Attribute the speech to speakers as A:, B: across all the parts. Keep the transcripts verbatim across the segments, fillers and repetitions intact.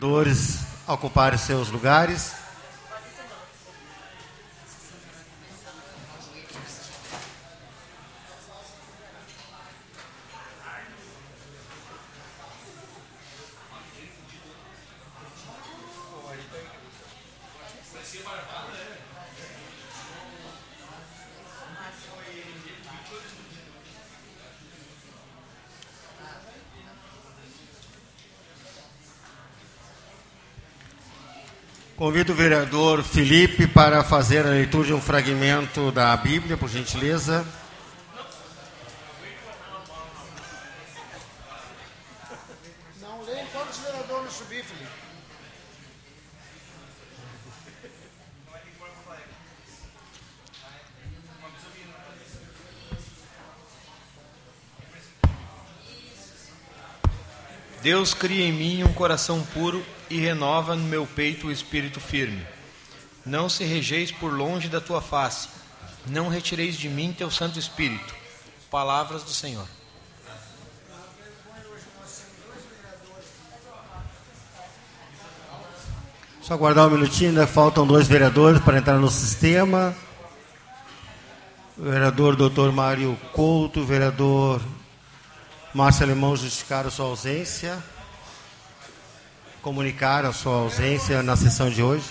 A: vereadores ocuparem seus lugares. Convido o vereador Felipe para fazer a leitura de um fragmento da Bíblia, por gentileza.
B: Não lê enquanto os vereadores não subir, Felipe.
C: Deus cria em mim um coração puro e renova no meu peito o espírito firme. Não se rejeis por longe da tua face, não retireis de mim teu Santo Espírito. Palavras do Senhor.
A: Só aguardar um minutinho, ainda faltam dois vereadores para entrar no sistema. O vereador doutor Mário Couto, o vereador Márcio Alemão justificaram a sua ausência, comunicaram a sua ausência na sessão de hoje.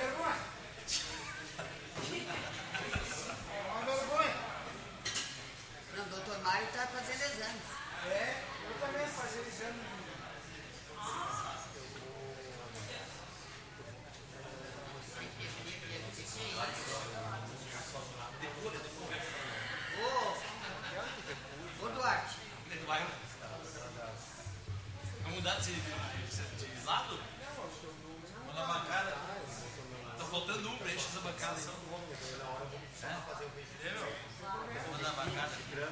D: Não, o doutor Mário está fazendo exame.
B: É, eu também fazer exame.
D: Ô, ô Duarte.
E: Vamos mudar de, de, de lado? Vamos na bancada. Tá faltando um pra encher essa bancada. É? Entendeu? Vamos na bancada.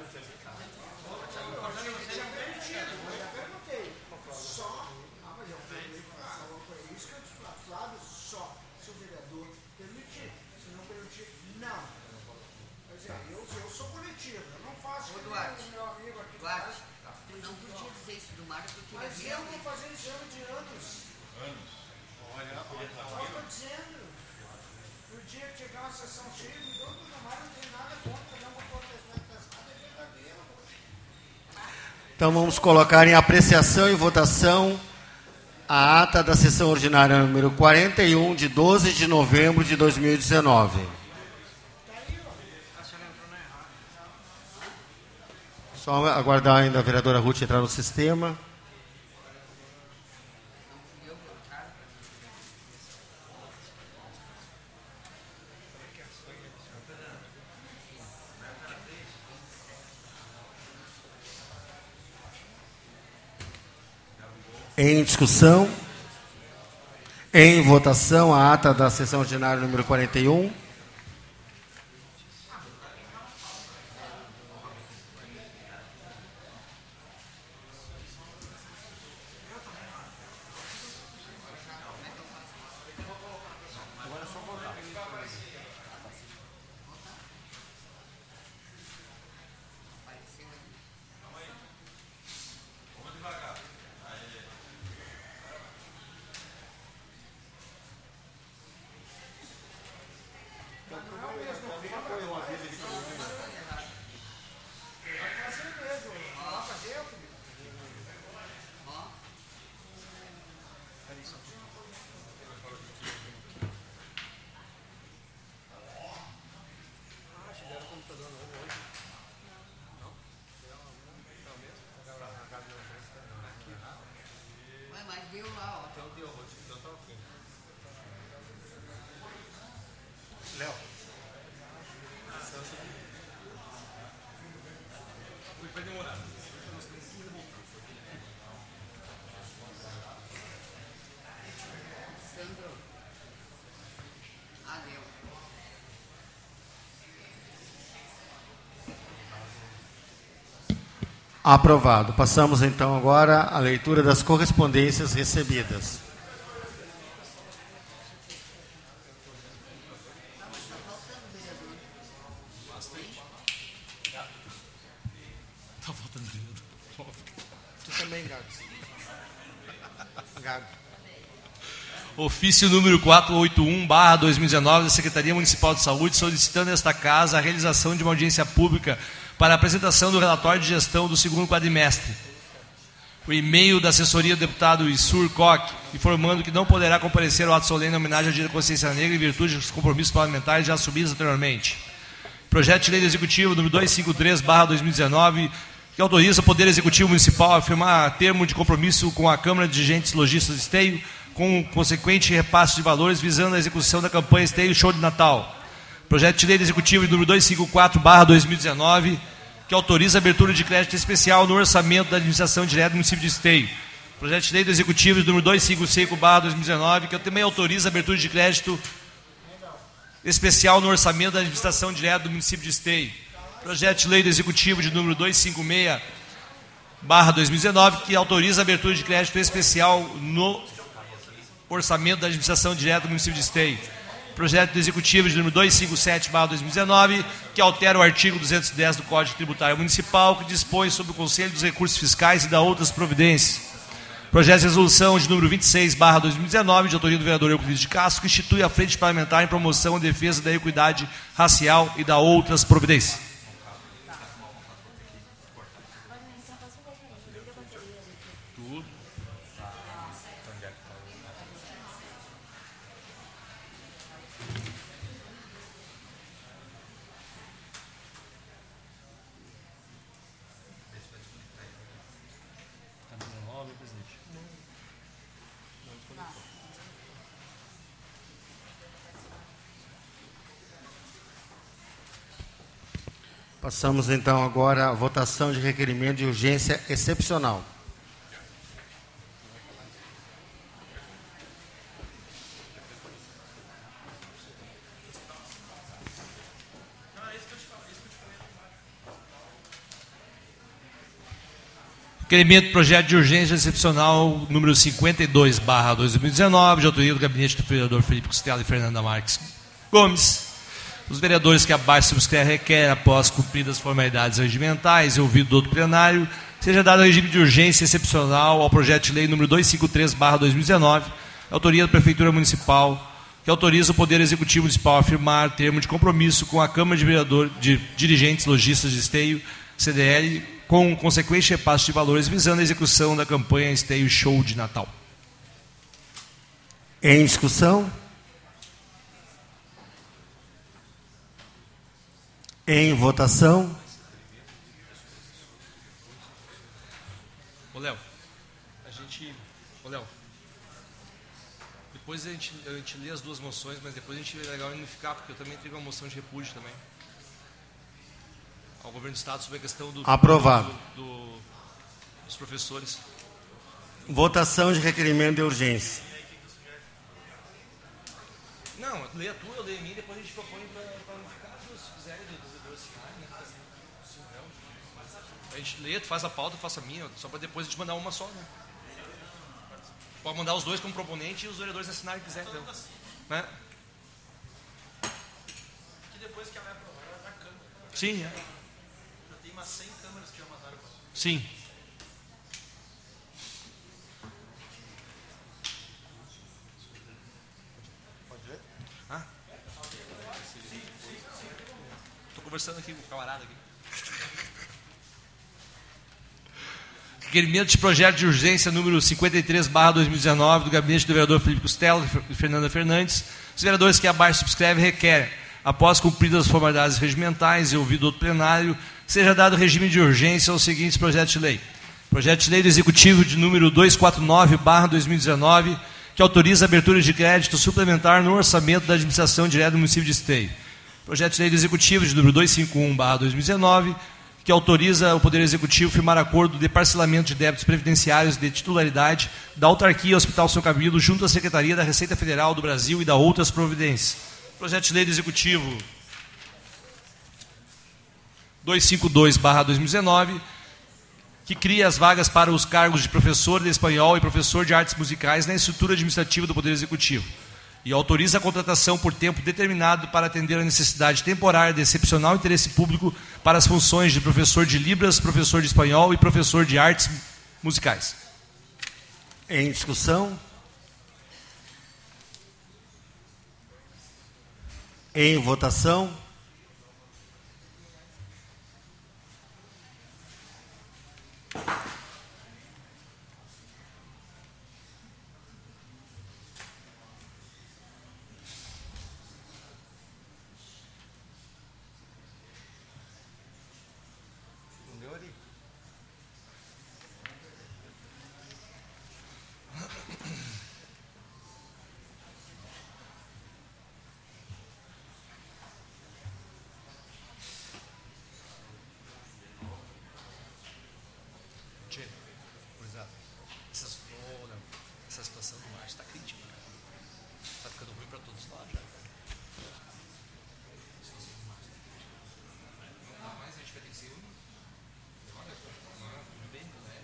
B: Eu perguntei. Só. Ah, mas eu falei. É isso que eu disse para Flávio, só. Se o vereador permitir. Se não permitir, não. Quer dizer, eu, eu sou coletivo. Eu não faço.
D: Ô, Duarte.
B: O meu amigo aqui.
D: Duarte,
B: faz.
D: tu não podia dizer isso do Mário porque
B: Mas
D: ele é
B: eu
D: meu.
B: vou fazer exame de anos.
E: Anos. Olha, olha.
B: Só estou dizendo. No dia que chegar uma sessão cheia, me dou do Mário, não tem nada contra, não vou protestar, nada é verdadeiro.
A: Então vamos colocar em apreciação e votação a ata da sessão ordinária número quarenta e um, de doze de novembro de dois mil e dezenove. Só aguardar ainda a vereadora Ruth entrar no sistema. Em discussão, em votação, a ata da sessão ordinária número quarenta e um.
D: Ué, mas deu lá, ó.
A: Léo.
E: Vai demorar.
D: Sandro. Ah, deu.
A: Aprovado. Passamos então agora à leitura das correspondências recebidas.
E: Tá faltando dedo.
A: Tu também, Gago. Gago.
F: Ofício número quatrocentos e oitenta e um barra dois mil e dezenove da Secretaria Municipal de Saúde, solicitando esta casa a realização de uma audiência pública para a apresentação do relatório de gestão do segundo quadrimestre. O e-mail da assessoria do deputado Issur Koch, informando que não poderá comparecer ao ato solene em homenagem ao Dia da Consciência Negra em virtude dos compromissos parlamentares já assumidos anteriormente. Projeto de Lei do Executivo número duzentos e cinquenta e três barra dois mil e dezenove, que autoriza o Poder Executivo Municipal a firmar termo de compromisso com a Câmara de Dirigentes Lojistas de Esteio, com consequente repasse de valores visando a execução da campanha Esteio Show de Natal. Projeto de Lei do Executivo número duzentos e cinquenta e quatro barra dois mil e dezenove, que autoriza a abertura de crédito especial no orçamento da administração direta do município de Esteio. Projeto de Lei do Executivo número duzentos e cinquenta e cinco barra dois mil e dezenove, que também autoriza a abertura de crédito especial no orçamento da administração direta do município de Esteio. Projeto de Lei do Executivo de número duzentos e cinquenta e seis barra dois mil e dezenove, que autoriza a abertura de crédito especial no orçamento da administração direta do município de Esteio. Projeto do Executivo de número duzentos e cinquenta e sete barra dois mil e dezenove, que altera o artigo duzentos e dez do Código Tributário Municipal, que dispõe sobre o Conselho dos Recursos Fiscais e da outras providências. Projeto de Resolução de número vinte e seis barra dois mil e dezenove, de autoria do vereador Euclides de Castro, que institui a Frente Parlamentar em promoção e defesa da equidade racial e da outras providências.
A: Passamos então agora à votação de requerimento de urgência excepcional.
F: Requerimento de projeto de urgência excepcional número cinquenta e dois barra dois mil e dezenove, de autoria do gabinete do vereador Felipe Costela e Fernanda Marques Gomes. Os vereadores que abaixo subscrevem requerem, após cumpridas as formalidades regimentais e ouvido do outro plenário, seja dado regime de urgência excepcional ao projeto de lei número duzentos e cinquenta e três barra dois mil e dezenove, autoria da Prefeitura Municipal, que autoriza o Poder Executivo Municipal a firmar termo de compromisso com a Câmara de, Vereador, de Dirigentes Lojistas de Esteio, C D L, com consequente repasse de valores visando a execução da campanha Esteio Show de Natal.
A: Em discussão? Em votação?
F: Ô, Léo, a gente... Ô, Léo, depois a gente, a gente lê as duas moções, mas depois a gente é legal unificar, porque eu também tenho uma moção de repúdio também ao Governo do Estado sobre a questão do...
A: Aprovado.
F: Do, do, dos professores.
A: Votação de requerimento de urgência.
F: Não, lê a tua, eu leio a minha, depois a gente propõe para unificar, se quiserem, dos vereadores assinarem, né? A gente lê, tu faz a pauta, eu faço a minha, só para depois a gente mandar uma só, né? Pode mandar os dois como proponente e os vereadores assinarem que quiserem, então. Né?
E: Que depois que ela é aprovada, ela vai para a Câmara.
F: Sim, é.
E: Já tem umas cem câmaras que já mandaram.
F: Sim. Conversando aqui com o camarada aqui. Requerimento de projeto de urgência número cinquenta e três barra dois mil e dezenove do gabinete do vereador Felipe Costela e Fernanda Fernandes. Os vereadores que abaixo subscrevem requerem, após cumpridas as formalidades regimentais e ouvido outro plenário, seja dado regime de urgência aos seguintes projetos de lei. Projeto de lei do Executivo de número duzentos e quarenta e nove barra dois mil e dezenove, que autoriza a abertura de crédito suplementar no orçamento da administração direta do município de Esteio. Projeto de lei do Executivo de número duzentos e cinquenta e um barra dois mil e dezenove, que autoriza o Poder Executivo firmar acordo de parcelamento de débitos previdenciários de titularidade da autarquia Hospital São Camilo junto à Secretaria da Receita Federal do Brasil e da outras providências. Projeto de lei do Executivo duzentos e cinquenta e dois barra dois mil e dezenove, que cria as vagas para os cargos de professor de espanhol e professor de artes musicais na estrutura administrativa do Poder Executivo. E autoriza a contratação por tempo determinado para atender a necessidade temporária de excepcional interesse público para as funções de professor de Libras, professor de espanhol e professor de artes musicais.
A: Em discussão? Em votação.
F: Essa, oh, Léo, essa situação do mar está crítica. Está ficando ruim para todos nós já. Mas a gente vai ter que ser um. Bem, né?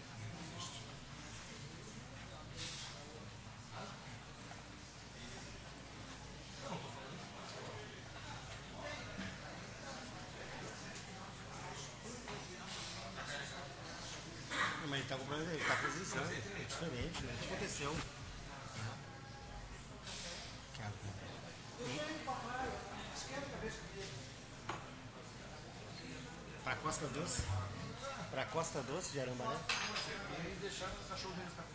A: Mas ele está com problema, ele está posição, é diferente, né? O que aconteceu? Para Costa Doce? Para Costa Doce de Arambaré? E deixaram o cachorro deles para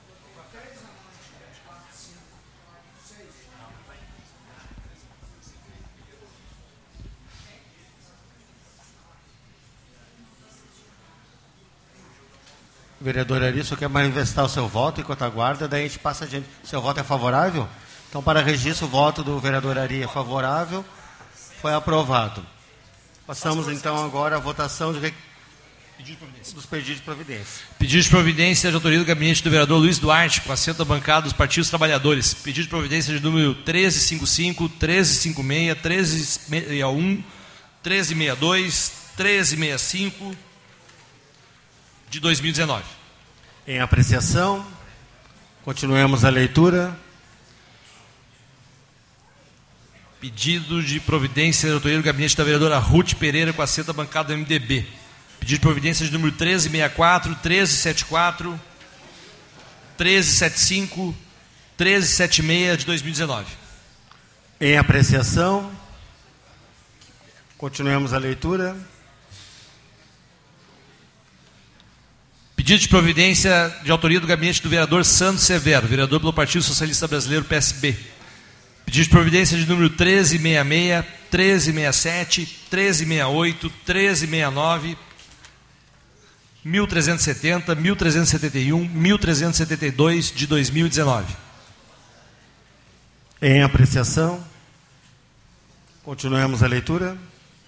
A: Vereador Ari, só quer manifestar o seu voto enquanto aguarda, daí a gente passa adiante. Seu voto é favorável? Então, para registro, o voto do vereador Ari é favorável. Foi aprovado. Passamos, então, agora à votação de... dos pedidos de providência.
F: Pedido de providência de autoria do gabinete do vereador Luiz Duarte, com assento da bancada dos partidos trabalhadores. Pedido de providência de número treze cinquenta e cinco, treze cinquenta e seis, treze sessenta e um, treze sessenta e dois, treze sessenta e cinco... de dois mil e dezenove.
A: Em apreciação, continuemos a leitura.
F: Pedido de providência de autoria do gabinete da vereadora Ruth Pereira, com assento da bancada do M D B. Pedido de providência de número treze sessenta e quatro, treze setenta e quatro, treze setenta e cinco, treze setenta e seis de dois mil e dezenove.
A: Em apreciação, continuemos a leitura.
F: Pedido de providência de autoria do gabinete do vereador Santos Severo, vereador pelo Partido Socialista Brasileiro, P S B. Pedido de providência de número treze sessenta e seis, treze sessenta e sete, treze sessenta e oito, treze sessenta e nove, mil trezentos e setenta, mil trezentos e setenta e um, mil trezentos e setenta e dois de dois mil e dezenove.
A: Em apreciação, continuemos a leitura.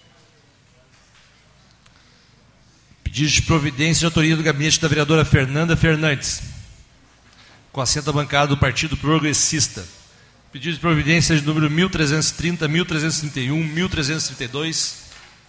F: Pedido de providência de autoria do gabinete da vereadora Fernanda Fernandes, com assento da bancada do Partido Progressista. Pedido de providência de número mil trezentos e trinta, mil trezentos e trinta e um, mil trezentos e trinta e dois,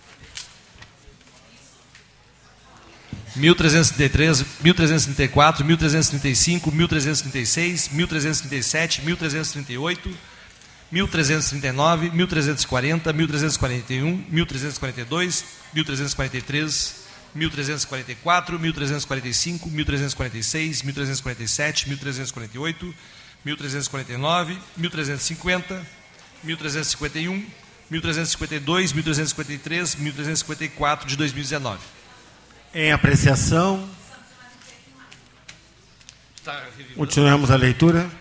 F: mil trezentos e trinta e três, mil trezentos e trinta e quatro, mil trezentos e trinta e cinco, mil trezentos e trinta e seis, mil trezentos e trinta e sete, mil trezentos e trinta e oito, mil trezentos e trinta e nove, mil trezentos e quarenta, mil trezentos e quarenta e um, mil trezentos e quarenta e dois, mil trezentos e quarenta e três, mil trezentos e quarenta e quatro, mil trezentos e quarenta e cinco, mil trezentos e quarenta e seis, mil trezentos e quarenta e sete, mil trezentos e quarenta e oito, mil trezentos e quarenta e nove, mil trezentos e cinquenta, mil trezentos e cinquenta e um, mil trezentos e cinquenta e dois, mil trezentos e cinquenta e três, mil trezentos e cinquenta e quatro de dois mil e dezenove.
A: Em apreciação, continuemos a leitura.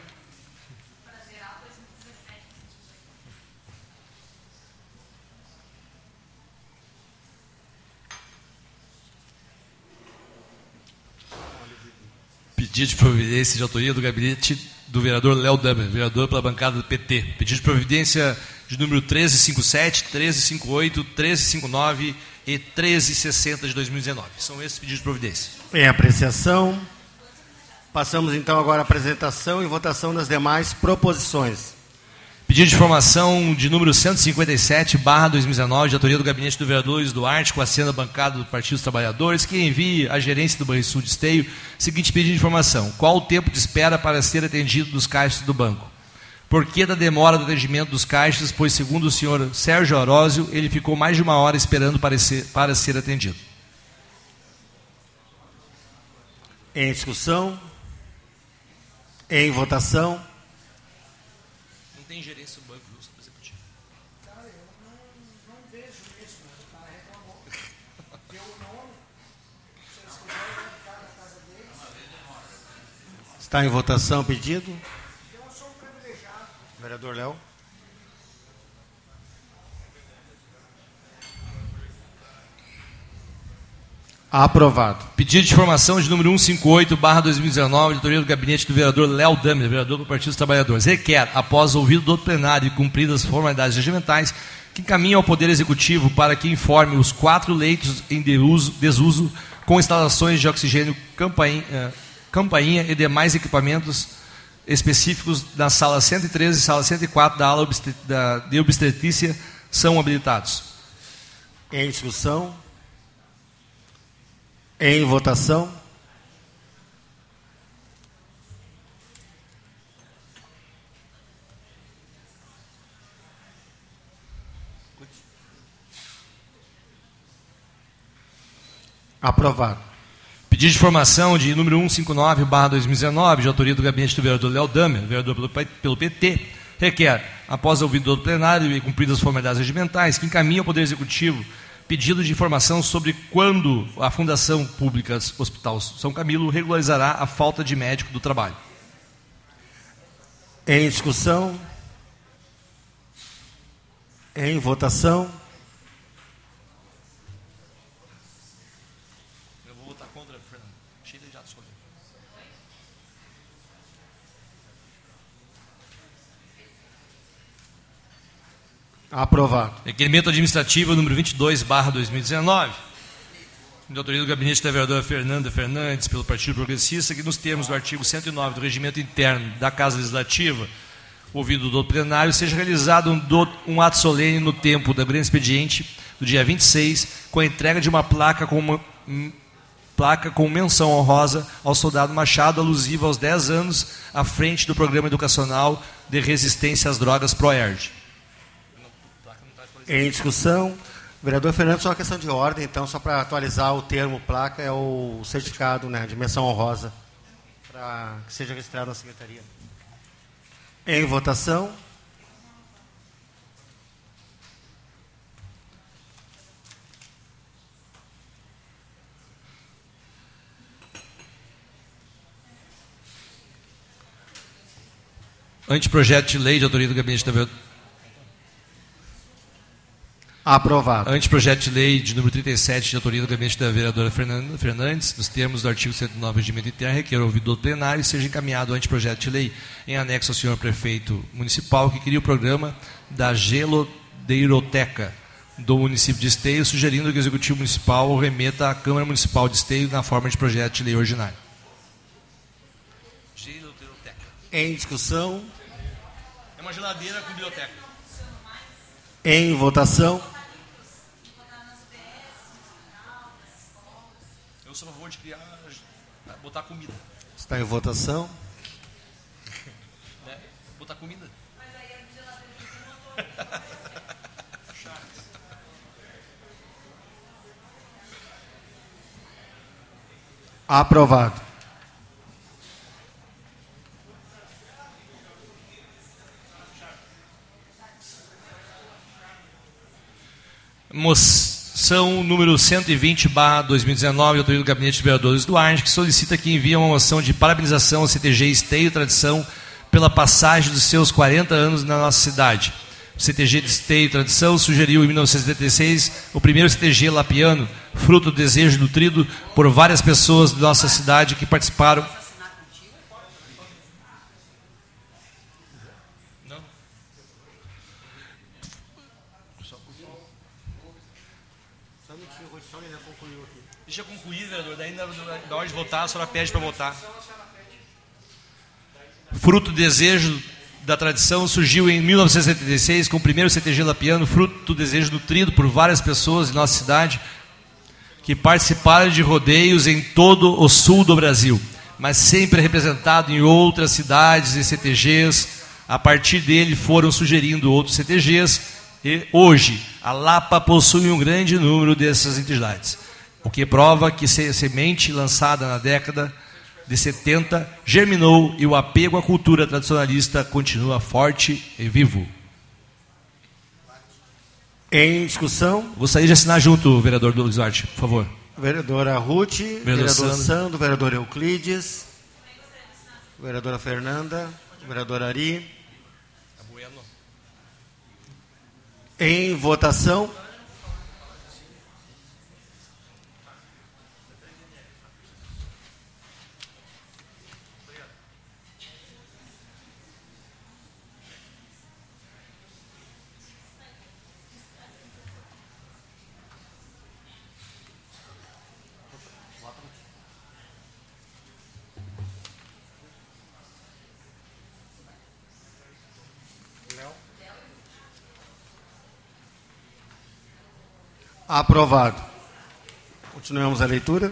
F: Pedido de providência de autoria do gabinete do vereador Léo Damer, vereador pela bancada do P T. Pedido de providência de número treze cinquenta e sete, treze cinquenta e oito, treze cinquenta e nove e treze sessenta de dois mil e dezenove. São esses pedidos de providência.
A: Em apreciação, passamos então agora à apresentação e votação das demais proposições.
F: Pedido de informação de número cento e cinquenta e sete, barra dois mil e dezenove, de autoria do gabinete do vereador Luiz Duarte, com a assento da bancada do Partido dos Trabalhadores, que envie à gerência do Banrisul de Esteio seguinte pedido de informação: qual o tempo de espera para ser atendido dos caixas do banco? Por que da demora do atendimento dos caixas, pois, segundo o senhor Sérgio Orósio, ele ficou mais de uma hora esperando para ser, para ser atendido?
A: Em discussão, em votação.
F: Não tem gerência do banco, viu, senhor executivo?
B: Cara, eu não, não vejo isso, mas o cara reclamou. Deu o nome. Se eles quiserem ficar na casa deles,
A: Está em votação o pedido.
B: eu sou um privilegiado.
A: Vereador Léo. Aprovado.
F: Pedido de informação de número cento e cinquenta e oito, barra dois mil e dezenove, de autoria do gabinete do vereador Léo Damer, vereador do Partido dos Trabalhadores. Requer, após ouvido do plenário e cumpridas as formalidades regimentais, que encaminhe ao Poder Executivo para que informe os quatro leitos em desuso, desuso com instalações de oxigênio, campainha, eh, campainha e demais equipamentos específicos na sala cento e treze e sala cento e quatro da ala obstet- da, de obstetrícia são habilitados.
A: Em discussão. Em votação. Aprovado.
F: Pedido de informação de número cento e cinquenta e nove, barra dois mil e dezenove, de autoria do gabinete do vereador Léo Damer, vereador pelo, pelo P T, requer, após ouvido do plenário e cumpridas as formalidades regimentais, que encaminhe ao Poder Executivo pedido de informação sobre quando a Fundação Pública Hospital São Camilo regularizará a falta de médico do trabalho.
A: Em discussão. Em votação.
F: Eu vou votar contra, Fernando. Cheio de jato.
A: Aprovado.
F: Requerimento administrativo número vinte e dois, barra dois mil e dezenove, de autoria do gabinete da vereadora Fernanda Fernandes, pelo Partido Progressista, que nos termos do artigo cento e nove do Regimento Interno da Casa Legislativa, ouvido do plenário, seja realizado um, do, um ato solene no tempo da grande expediente do dia vinte e seis, com a entrega de uma placa com, uma, um, placa com menção honrosa ao soldado Machado, alusiva aos dez anos à frente do Programa Educacional de Resistência às Drogas ProERD.
A: Em discussão. Vereador Fernando, só uma questão de ordem, então, só para atualizar o termo placa, é o certificado, né, de menção honrosa, para que seja registrado na Secretaria. Em votação.
F: Anteprojeto de lei de autoria do gabinete da vereadora.
A: Aprovado.
F: Anteprojeto de lei de número trinta e sete, de autoria do gabinete da vereadora Fernanda Fernandes, nos termos do artigo cento e nove do Regimento Interno, requer ouvido do plenário e seja encaminhado o anteprojeto de lei em anexo ao senhor prefeito municipal que cria o programa da gelodeiroteca do município de Esteio, sugerindo que o Executivo Municipal o remeta à Câmara Municipal de Esteio na forma de projeto de lei ordinário. Gelodeiroteca.
A: Em discussão.
F: É uma geladeira com biblioteca.
A: Em votação.
F: Eu sou a favor de criar, botar comida.
A: Está em votação.
F: Né? Botar comida.
A: Aprovado.
F: Moção número cento e vinte, barra dois mil e dezenove, autoria do Gabinete de Vereadores do Arnes, que solicita que envie uma moção de parabenização ao C T G Esteio Tradição pela passagem dos seus quarenta anos na nossa cidade. O C T G de Esteio Tradição sugeriu em mil novecentos e setenta e seis o primeiro C T G lapiano, fruto do desejo nutrido por várias pessoas de nossa cidade que participaram. Deixa eu concluir, vereador. Daí, na, na hora de votar, a senhora pede para votar. Fruto do desejo da tradição surgiu em mil novecentos e setenta e seis com o primeiro C T G lapiano, fruto do desejo nutrido por várias pessoas de nossa cidade que participaram de rodeios em todo o sul do Brasil, mas sempre representado em outras cidades e C T Gs. A partir dele foram sugerindo outros C T Gs e hoje a Lapa possui um grande número dessas entidades, o que prova que a semente lançada na década de setenta germinou e o apego à cultura tradicionalista continua forte e vivo.
A: Em discussão.
F: Gostaria de assinar junto, vereador Luiz Duarte, por favor.
A: Vereadora Ruth,
F: vereador,
A: vereador
F: Sandro.
A: Sandro, vereador Euclides, vereadora Fernanda, vereador Ari. Em votação. Aprovado. Continuamos a leitura.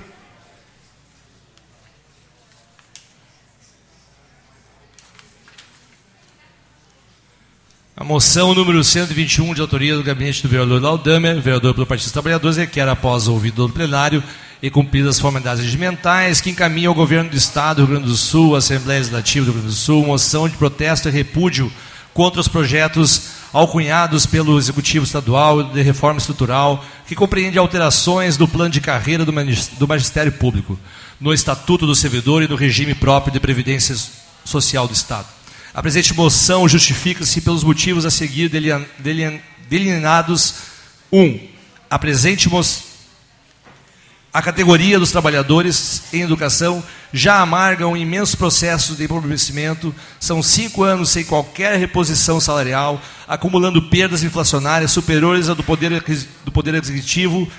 F: A moção número cento e vinte e um, de autoria do gabinete do vereador Laudamer, vereador pelo Partido dos Trabalhadores, requer, após ouvido do plenário e cumpridas as formalidades regimentais, que encaminhe ao Governo do Estado do Rio Grande do Sul, à Assembleia Legislativa do Rio Grande do Sul, moção de protesto e repúdio contra os projetos alcunhados pelo Executivo Estadual de Reforma Estrutural, que compreende alterações do plano de carreira do Magistério Público, no Estatuto do Servidor e no regime próprio de Previdência Social do Estado. A presente moção justifica-se pelos motivos a seguir delineados. um. A presente moção... A categoria dos trabalhadores em educação já amarga um imenso processo de empobrecimento. São cinco anos sem qualquer reposição salarial, acumulando perdas inflacionárias superiores ao do poder, do poder executivo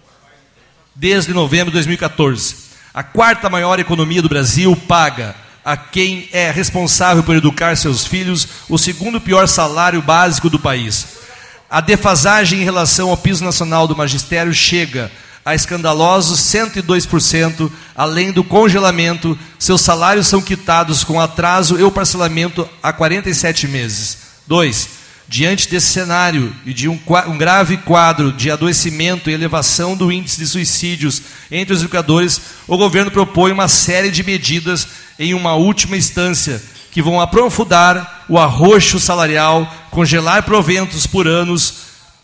F: desde novembro de dois mil e quatorze. A quarta maior economia do Brasil paga a quem é responsável por educar seus filhos o segundo pior salário básico do país. A defasagem em relação ao piso nacional do magistério chega a escandalosos cento e dois por cento, além do congelamento. Seus salários são quitados com atraso e o parcelamento a quarenta e sete meses. dois. Diante desse cenário e de um, um grave quadro de adoecimento e elevação do índice de suicídios entre os educadores, o governo propõe uma série de medidas em uma última instância que vão aprofundar o arroxo salarial, congelar proventos por anos,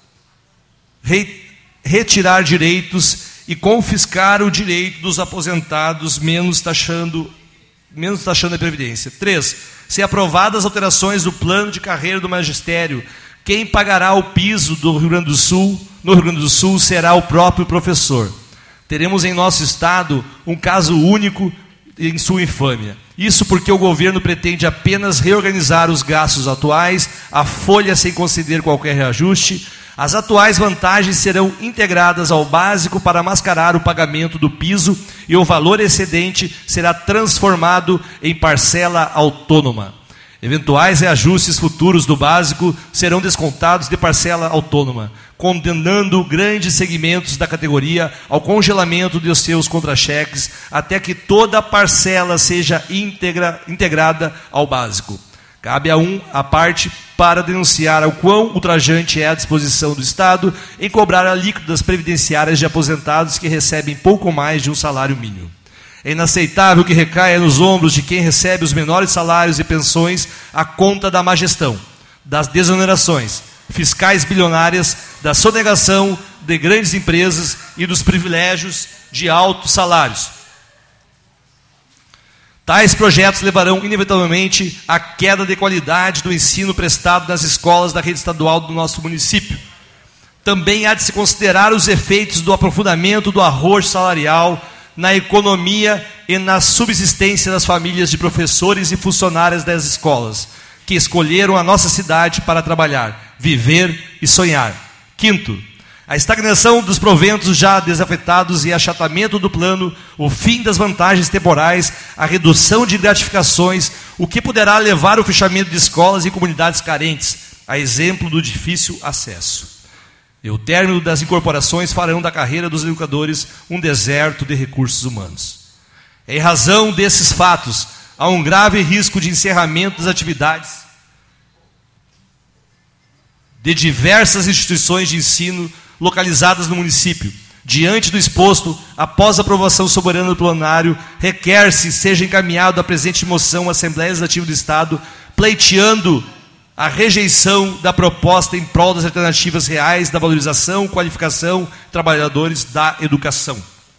F: re retirar direitos e confiscar o direito dos aposentados, menos taxando, menos taxando a Previdência. três. Se aprovadas alterações do plano de carreira do magistério, quem pagará o piso do Rio Grande do Sul, no Rio Grande do Sul será o próprio professor. Teremos em nosso estado um caso único em sua infâmia. Isso porque o governo pretende apenas reorganizar os gastos atuais, a folha sem conceder qualquer reajuste. As atuais vantagens serão integradas ao básico para mascarar o pagamento do piso e o valor excedente será transformado em parcela autônoma. Eventuais reajustes futuros do básico serão descontados de parcela autônoma, condenando grandes segmentos da categoria ao congelamento de seus contra-cheques até que toda a parcela seja integra, integrada ao básico. Cabe a um a parte para denunciar o quão ultrajante é a disposição do Estado em cobrar alíquotas previdenciárias de aposentados que recebem pouco mais de um salário mínimo. É inaceitável que recaia nos ombros de quem recebe os menores salários e pensões a conta da má gestão, das desonerações fiscais bilionárias, da sonegação de grandes empresas e dos privilégios de altos salários. Tais projetos levarão inevitavelmente à queda de qualidade do ensino prestado nas escolas da rede estadual do nosso município. Também há de se considerar os efeitos do aprofundamento do arroxo salarial na economia e na subsistência das famílias de professores e funcionários das escolas, que escolheram a nossa cidade para trabalhar, viver e sonhar. Quinto, a estagnação dos proventos já desafetados e achatamento do plano, o fim das vantagens temporais, a redução de gratificações, o que poderá levar ao fechamento de escolas e comunidades carentes, a exemplo do difícil acesso. E o término das incorporações farão da carreira dos educadores um deserto de recursos humanos. Em razão desses fatos, há um grave risco de encerramento das atividades de diversas instituições de ensino localizadas no município. Diante do exposto, após a aprovação soberana do plenário, requer-se seja encaminhado a presente moção à Assembleia Legislativa do Estado, pleiteando a rejeição da proposta em prol das alternativas reais da valorização, qualificação, trabalhadores da educação.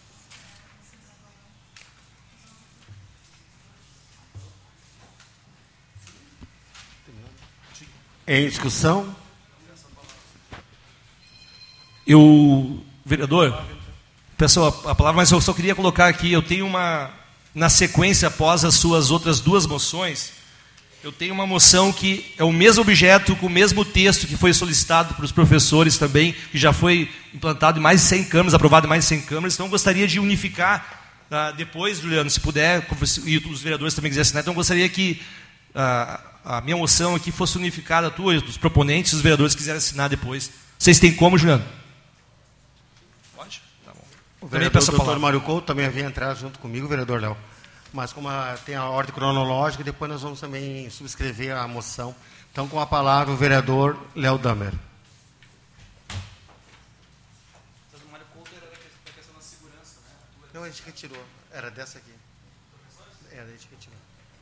A: Em discussão?
F: Eu, vereador, peço a, a palavra, mas eu só queria colocar aqui, eu tenho uma, na sequência, após as suas outras duas moções, eu tenho uma moção que é o mesmo objeto, com o mesmo texto que foi solicitado para os professores também, que já foi implantado em mais de cem câmaras, aprovado em mais de cem câmaras, então eu gostaria de unificar, uh, depois, Juliano, se puder, e os vereadores também quiserem assinar, então eu gostaria que uh, a minha moção aqui fosse unificada, a tua, dos proponentes, os vereadores quiserem assinar depois. Vocês têm como, Juliano? Pode? Tá bom.
A: O vereador doutor Mário Couto também havia entrado junto comigo, vereador Léo. Mas como a, tem a ordem cronológica, depois nós vamos também subscrever a moção. Então, com a palavra, o vereador Léo Damer.
G: O Mário Couto era da questão da segurança, né?
A: Não, a gente retirou. Era dessa aqui. Era, a gente retirou.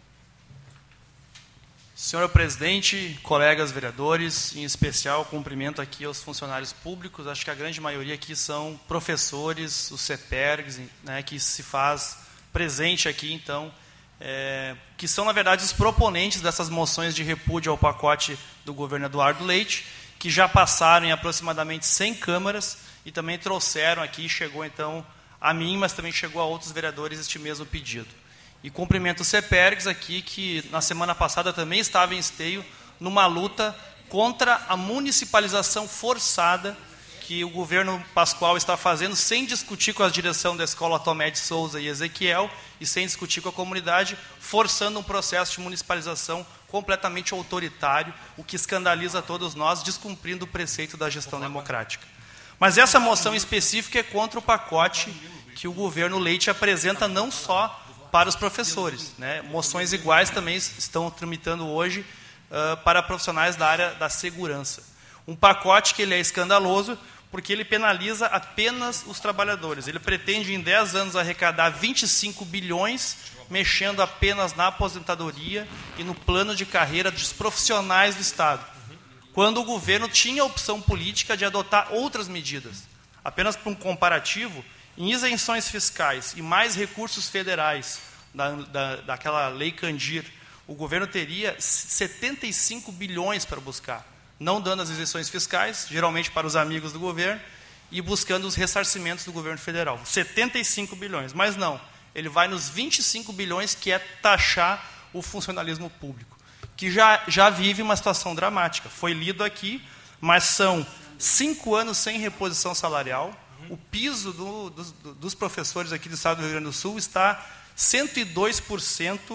G: Senhor presidente, colegas vereadores, em especial cumprimento aqui aos funcionários públicos, acho que a grande maioria aqui são professores, os CEPERGs, né, que se faz presente aqui, então, é, que são, na verdade, os proponentes dessas moções de repúdio ao pacote do governo Eduardo Leite, que já passaram em aproximadamente cem câmaras e também trouxeram aqui, chegou então a mim, mas também chegou a outros vereadores este mesmo pedido. E cumprimento o CEPERGs aqui, que na semana passada também estava em esteio numa luta contra a municipalização forçada que o governo Pascoal está fazendo, sem discutir com a direção da escola Tomé de Souza e Ezequiel, e sem discutir com a comunidade, forçando um processo de municipalização completamente autoritário, o que escandaliza todos nós, descumprindo o preceito da gestão democrática. Mas essa moção específica é contra o pacote que o governo Leite apresenta não só para os professores, né? Moções iguais também estão tramitando hoje uh, para profissionais da área da segurança. Um pacote que ele é escandaloso porque ele penaliza apenas os trabalhadores. Ele pretende em dez anos arrecadar vinte e cinco bilhões, mexendo apenas na aposentadoria e no plano de carreira dos profissionais do Estado, quando o governo tinha a opção política de adotar outras medidas. Apenas para um comparativo, em isenções fiscais e mais recursos federais da, da, daquela lei Candir, o governo teria setenta e cinco bilhões para buscar, não dando as isenções fiscais, geralmente para os amigos do governo, e buscando os ressarcimentos do governo federal. setenta e cinco bilhões, mas não, ele vai nos vinte e cinco bilhões, que é taxar o funcionalismo público, que já, já vive uma situação dramática. Foi lido aqui, mas são cinco anos sem reposição salarial. O piso do, dos, dos professores aqui do estado do Rio Grande do Sul está cento e dois por cento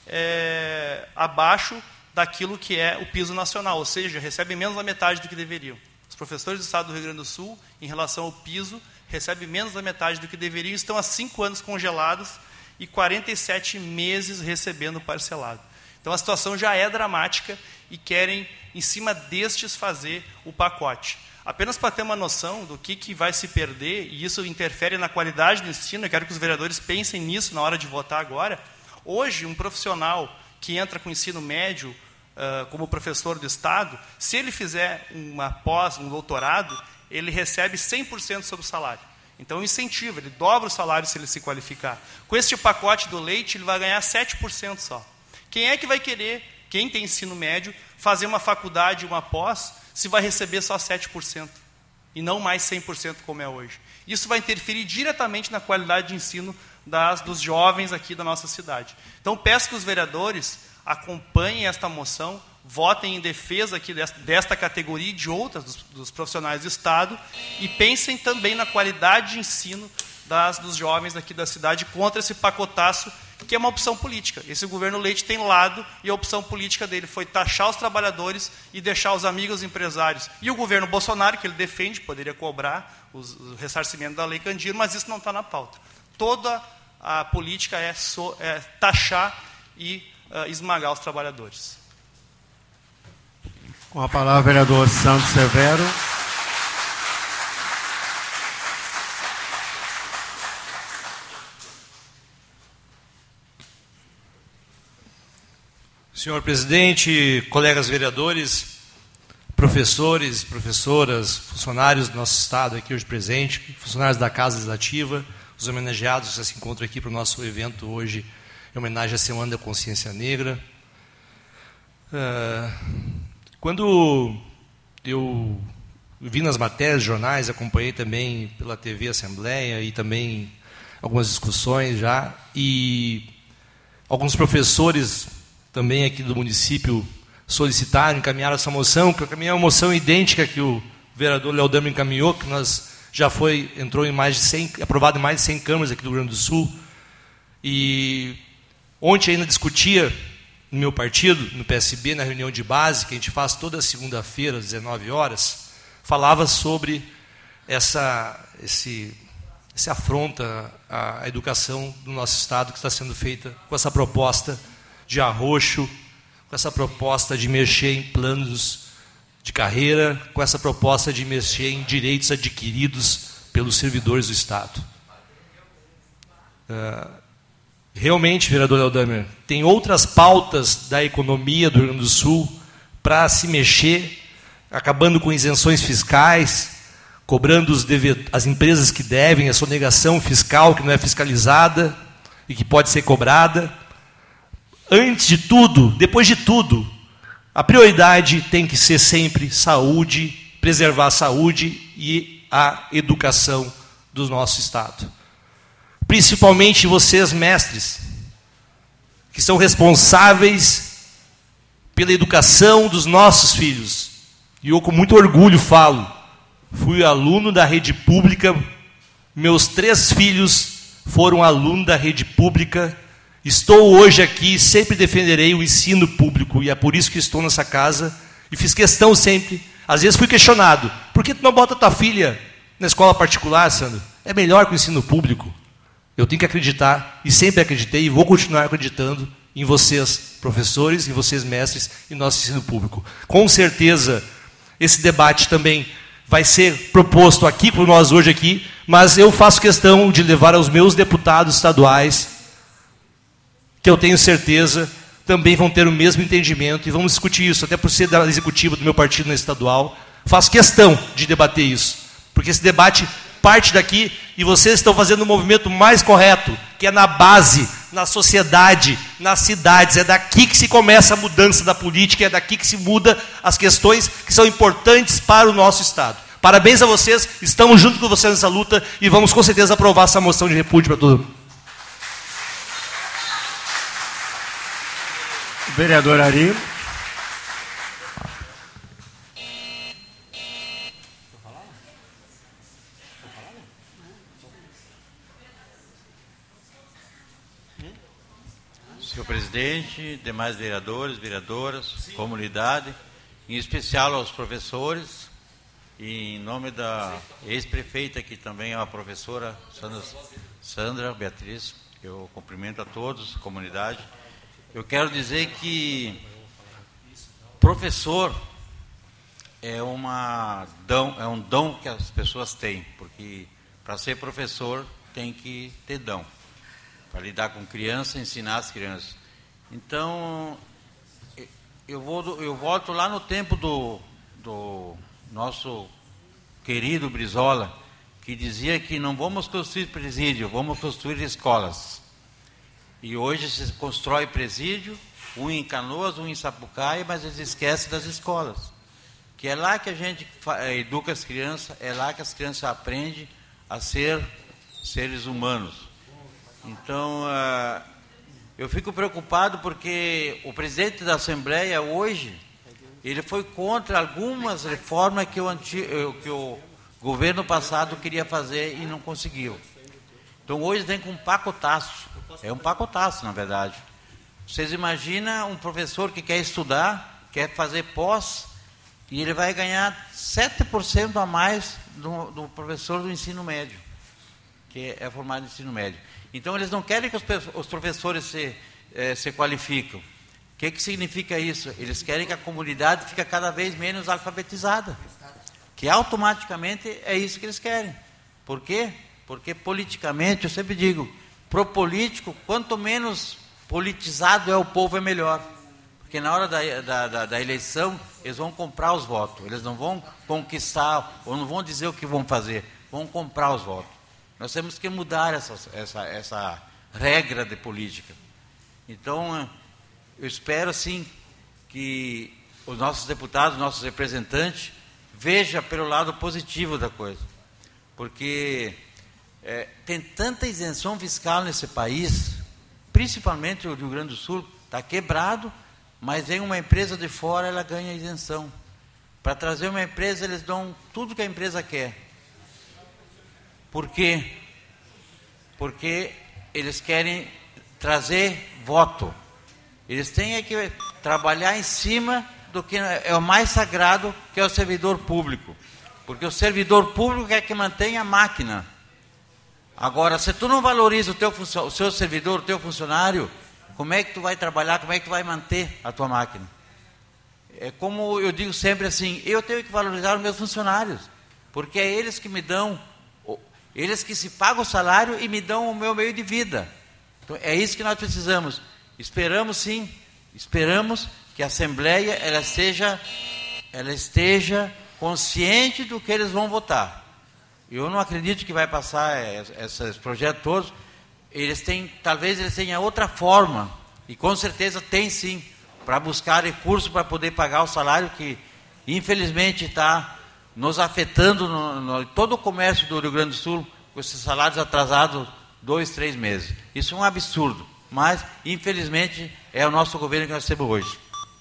G: é, abaixo daquilo que é o piso nacional, ou seja, recebem menos da metade do que deveriam. Os professores do estado do Rio Grande do Sul, em relação ao piso, recebem menos da metade do que deveriam, estão há cinco anos congelados e quarenta e sete meses recebendo parcelado. Então a situação já é dramática e querem, em cima destes, fazer o pacote. Apenas para ter uma noção do que, que vai se perder, e isso interfere na qualidade do ensino, eu quero que os vereadores pensem nisso na hora de votar agora. Hoje, um profissional que entra com ensino médio uh, como professor do Estado, se ele fizer uma pós, um doutorado, ele recebe cem por cento sobre o salário. Então, incentiva, ele dobra o salário se ele se qualificar. Com este pacote do Leite, ele vai ganhar sete por cento só. Quem é que vai querer, quem tem ensino médio, fazer uma faculdade, uma pós, se vai receber só sete por cento e não mais cem por cento como é hoje? Isso vai interferir diretamente na qualidade de ensino das, dos jovens aqui da nossa cidade. Então, peço que os vereadores acompanhem esta moção, votem em defesa aqui desta, desta categoria e de outras, dos, dos profissionais do Estado, e pensem também na qualidade de ensino das, dos jovens aqui da cidade contra esse pacotaço, que é uma opção política. Esse governo Leite tem lado, e a opção política dele foi taxar os trabalhadores e deixar os amigos empresários. E o governo Bolsonaro, que ele defende, poderia cobrar os, o ressarcimento da lei Candir, mas isso não está na pauta. Toda a política é, so, é taxar e uh, esmagar os trabalhadores.
A: Com a palavra, o vereador Santos Severo.
F: Senhor presidente, colegas vereadores, professores, professoras, funcionários do nosso Estado aqui hoje presente, funcionários da Casa Legislativa, os homenageados que já se encontram aqui para o nosso evento hoje, em homenagem à Semana da Consciência Negra. Uh, quando eu vi nas matérias, jornais, acompanhei também pela T V Assembleia e também algumas discussões já, e alguns professores também aqui do município solicitaram, encaminharam essa moção, que eu encaminhei uma moção idêntica que o vereador Leodamo encaminhou, que nós já foi, entrou em mais de cem, aprovado em mais de cem câmaras aqui do Rio Grande do Sul. E ontem ainda discutia no meu partido, no P S B, na reunião de base, que a gente faz toda segunda-feira, às dezenove horas, falava sobre essa, esse, essa afronta à educação do nosso Estado, que está sendo feita com essa proposta de arroxo, com essa proposta de mexer em planos de carreira, com essa proposta de mexer em direitos adquiridos pelos servidores do Estado. Uh, realmente, vereador Leodamer, tem outras pautas da economia do Rio Grande do Sul para se mexer, acabando com isenções fiscais, cobrando os deve- as empresas que devem, a sonegação fiscal que não é fiscalizada e que pode ser cobrada. Antes de tudo, depois de tudo, a prioridade tem que ser sempre saúde, preservar a saúde e a educação do nosso Estado. Principalmente vocês, mestres, que são responsáveis pela educação dos nossos filhos. E eu com muito orgulho falo, fui aluno da rede pública, meus três filhos foram alunos da rede pública. Estou hoje aqui, sempre defenderei o ensino público, e é por isso que estou nessa casa, e fiz questão sempre, às vezes fui questionado, por que tu não bota tua filha na escola particular, Sandro? É melhor que o ensino público. Eu tenho que acreditar, e sempre acreditei, e vou continuar acreditando em vocês, professores, em vocês, mestres, e nosso ensino público. Com certeza, esse debate também vai ser proposto aqui por nós hoje aqui, mas eu faço questão de levar aos meus deputados estaduais, que eu tenho certeza também vão ter o mesmo entendimento, e vamos discutir isso, até por ser da executiva do meu partido na estadual, faço questão de debater isso, porque esse debate parte daqui, e vocês estão fazendo o movimento mais correto, que é na base, na sociedade, nas cidades, é daqui que se começa a mudança da política, é daqui que se muda as questões que são importantes para o nosso Estado. Parabéns a vocês, estamos junto com vocês nessa luta, e vamos com certeza aprovar essa moção de repúdio para todo mundo.
A: Vereador Ari.
H: Senhor presidente, demais vereadores, vereadoras, comunidade, em especial aos professores, e em nome da ex-prefeita, que também é a professora Sandra, Sandra Beatriz, eu cumprimento a todos, comunidade. Eu quero dizer que professor é, uma dom, é um dom que as pessoas têm, porque para ser professor tem que ter dom, para lidar com criança, ensinar as crianças. Então, eu, vou, eu volto lá no tempo do, do nosso querido Brizola, que dizia que não vamos construir presídio, vamos construir escolas. E hoje se constrói presídio, um em Canoas, um em Sapucaí, mas eles esquecem das escolas. Que é lá que a gente educa as crianças, é lá que as crianças aprendem a ser seres humanos. Então, uh, eu fico preocupado porque o presidente da Assembleia hoje, ele foi contra algumas reformas que o, antigo, que o governo passado queria fazer e não conseguiu. Então, hoje vem com um pacotaço. É um pacotaço, na verdade. Vocês imaginam um professor que quer estudar, quer fazer pós, e ele vai ganhar sete por cento a mais do, do professor do ensino médio, que é formado no ensino médio. Então, eles não querem que os, os professores se, eh, se qualifiquem. O que, que significa isso? Eles querem que a comunidade fique cada vez menos alfabetizada. Que automaticamente é isso que eles querem. Por quê? Porque politicamente, eu sempre digo, pro político, quanto menos politizado é o povo, é melhor. Porque na hora da, da, da, da eleição, eles vão comprar os votos. Eles não vão conquistar, ou não vão dizer o que vão fazer. Vão comprar os votos. Nós temos que mudar essa, essa, essa regra de política. Então, eu espero, sim, que os nossos deputados, nossos representantes, vejam pelo lado positivo da coisa. Porque é, tem tanta isenção fiscal nesse país, principalmente o Rio Grande do Sul, está quebrado, mas vem uma empresa de fora, ela ganha isenção. Para trazer uma empresa, eles dão tudo que a empresa quer. Por quê? Porque eles querem trazer voto. Eles têm é que trabalhar em cima do que é o mais sagrado, que é o servidor público. Porque o servidor público é que mantém a máquina. Agora, se tu não valoriza o, teu o seu servidor, o teu funcionário, como é que tu vai trabalhar, como é que tu vai manter a tua máquina? É como eu digo sempre assim, eu tenho que valorizar os meus funcionários, porque é eles que me dão, eles que se pagam o salário e me dão o meu meio de vida. Então, é isso que nós precisamos. Esperamos sim, esperamos que a Assembleia ela esteja, ela esteja consciente do que eles vão votar. Eu não acredito que vai passar esses projetos todos. Eles têm, talvez eles tenham outra forma, e com certeza tem sim, para buscar recursos para poder pagar o salário que, infelizmente, está nos afetando no, no, todo o comércio do Rio Grande do Sul, com esses salários atrasados dois, três meses. Isso é um absurdo, mas, infelizmente, é o nosso governo que nós temos hoje.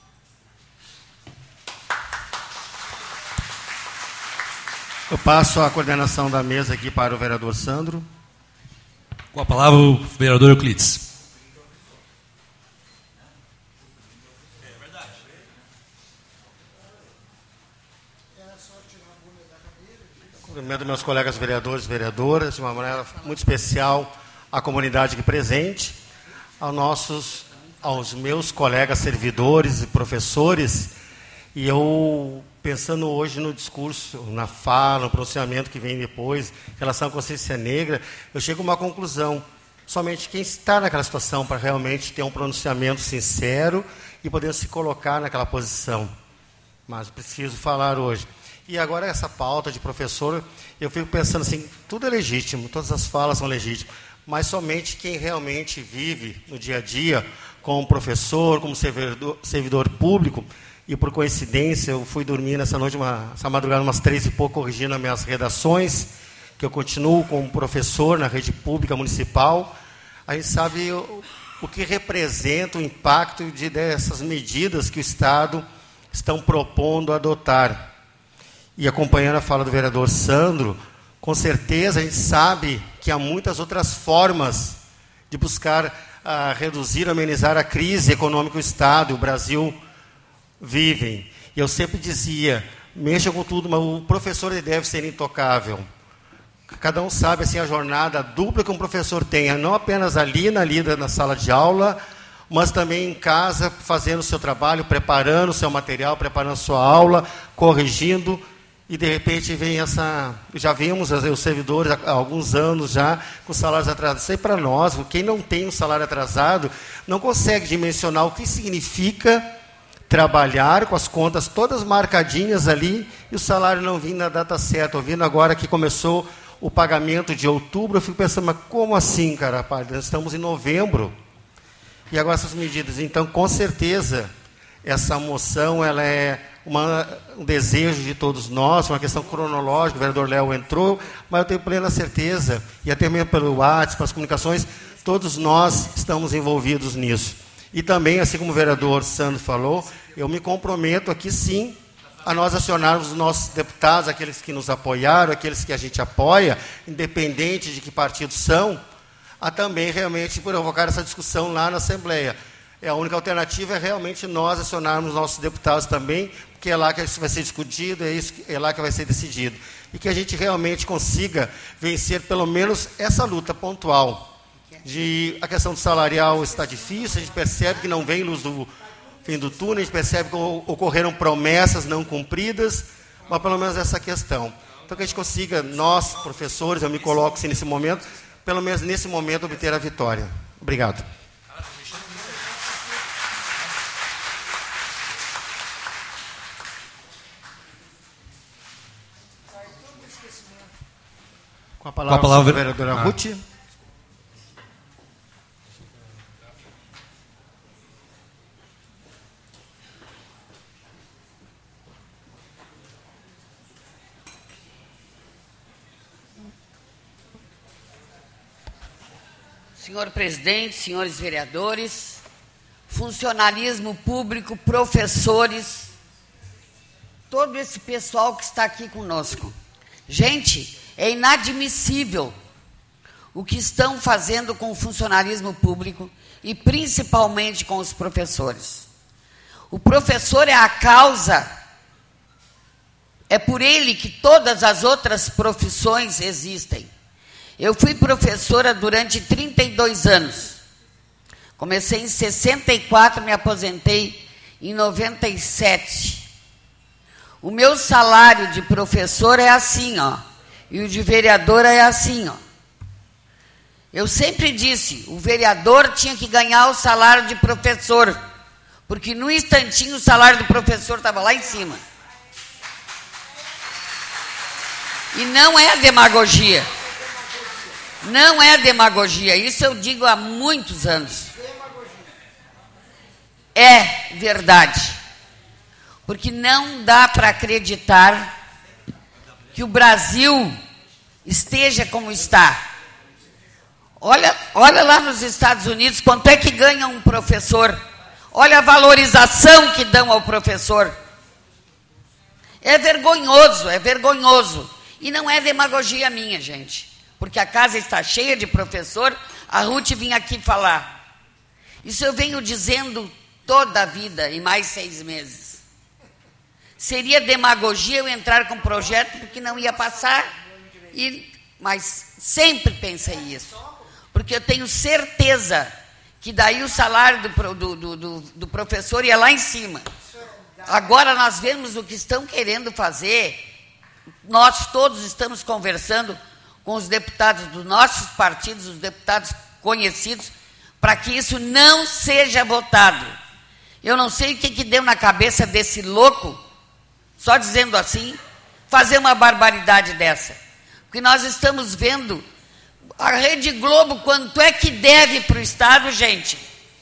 A: Eu passo a coordenação da mesa aqui para o vereador Sandro.
F: Com a palavra o vereador Euclides.
E: É verdade.
A: Cumprimento meus colegas vereadores e vereadoras, de uma maneira muito especial, à comunidade aqui presente, aos, nossos, aos meus colegas servidores e professores, e eu, pensando hoje no discurso, na fala, no pronunciamento que vem depois, em relação à consciência negra, eu chego a uma conclusão. Somente quem está naquela situação para realmente ter um pronunciamento sincero e poder se colocar naquela posição. Mas preciso falar hoje. E agora essa pauta de professor, eu fico pensando assim, tudo é legítimo, todas as falas são legítimas, mas somente quem realmente vive no dia a dia, como professor, como servidor, servidor público. E por coincidência, eu fui dormir nessa noite, uma, essa madrugada, umas três e pouco, corrigindo as minhas redações, que eu continuo como professor na rede pública municipal. A gente sabe o, o que representa o impacto de, dessas medidas que o Estado estão propondo adotar. E acompanhando a fala do vereador Sandro, com certeza a gente sabe que há muitas outras formas de buscar a, reduzir, amenizar a crise econômica do Estado, o Brasil vivem. E eu sempre dizia, mexa com tudo, mas o professor ele deve ser intocável. Cada um sabe assim, a jornada dupla que um professor tem, não apenas ali na lida na sala de aula, mas também em casa, fazendo o seu trabalho, preparando o seu material, preparando a sua aula, corrigindo, e de repente vem essa... Já vimos os servidores há alguns anos já com salários atrasados. Isso aí para nós, quem não tem um salário atrasado, não consegue dimensionar o que significa trabalhar com as contas todas marcadinhas ali e o salário não vindo na data certa. Ouvindo agora que começou o pagamento de outubro, eu fico pensando, mas como assim, cara? Rapaz, nós estamos em novembro. E agora essas medidas. Então, com certeza, essa moção ela é uma, um desejo de todos nós, uma questão cronológica, o vereador Léo entrou, mas eu tenho plena certeza, e até mesmo pelo WhatsApp, pelas comunicações, todos nós estamos envolvidos nisso. E também, assim como o vereador Sandro falou, eu me comprometo aqui, sim, a nós acionarmos os nossos deputados, aqueles que nos apoiaram, aqueles que a gente apoia, independente de que partido são, a também realmente provocar essa discussão lá na Assembleia. É, a única alternativa é realmente nós acionarmos os nossos deputados também, porque é lá que isso vai ser discutido, é, isso, é lá que vai ser decidido. E que a gente realmente consiga vencer pelo menos essa luta pontual. De, a questão do salarial está difícil, a gente percebe que não vem luz do fim do túnel, a gente percebe que ocorreram promessas não cumpridas, mas pelo menos essa questão. Então que a gente consiga, nós, professores, eu me coloco assim, nesse momento, pelo menos nesse momento, obter a vitória. Obrigado. Com a palavra,
F: Com a palavra
A: a vereadora
F: ah.
A: Ruth.
D: Senhor presidente, senhores vereadores, funcionalismo público, professores, todo esse pessoal que está aqui conosco. Gente, é inadmissível o que estão fazendo com o funcionalismo público e principalmente com os professores. O professor é a causa, é por ele que todas as outras profissões existem. Eu fui professora durante trinta e dois anos. Comecei em sessenta e quatro, me aposentei em noventa e sete. O meu salário de professor é assim, ó, e o de vereadora é assim, ó. Eu sempre disse, o vereador tinha que ganhar o salário de professor, porque no instantinho o salário do professor estava lá em cima. E não é demagogia. Não é demagogia, isso eu digo há muitos anos. É verdade. Porque não dá para acreditar que o Brasil esteja como está. Olha, olha lá nos Estados Unidos quanto é que ganha um professor. Olha a valorização que dão ao professor. É vergonhoso, é vergonhoso. E não é demagogia minha, gente. Porque a casa está cheia de professor, a Ruth vinha aqui falar. Isso eu venho dizendo toda a vida, em mais seis meses. Seria demagogia eu entrar com um projeto porque não ia passar, e, mas sempre pensei isso. Porque eu tenho certeza que daí o salário do, do, do, do, do professor ia lá em cima. Agora nós vemos o que estão querendo fazer, nós todos estamos conversando com os deputados dos nossos partidos, os deputados conhecidos, para que isso não seja votado. Eu não sei o que, que deu na cabeça desse louco, só dizendo assim, fazer uma barbaridade dessa. Porque nós estamos vendo a Rede Globo, quanto é que deve para o Estado, gente?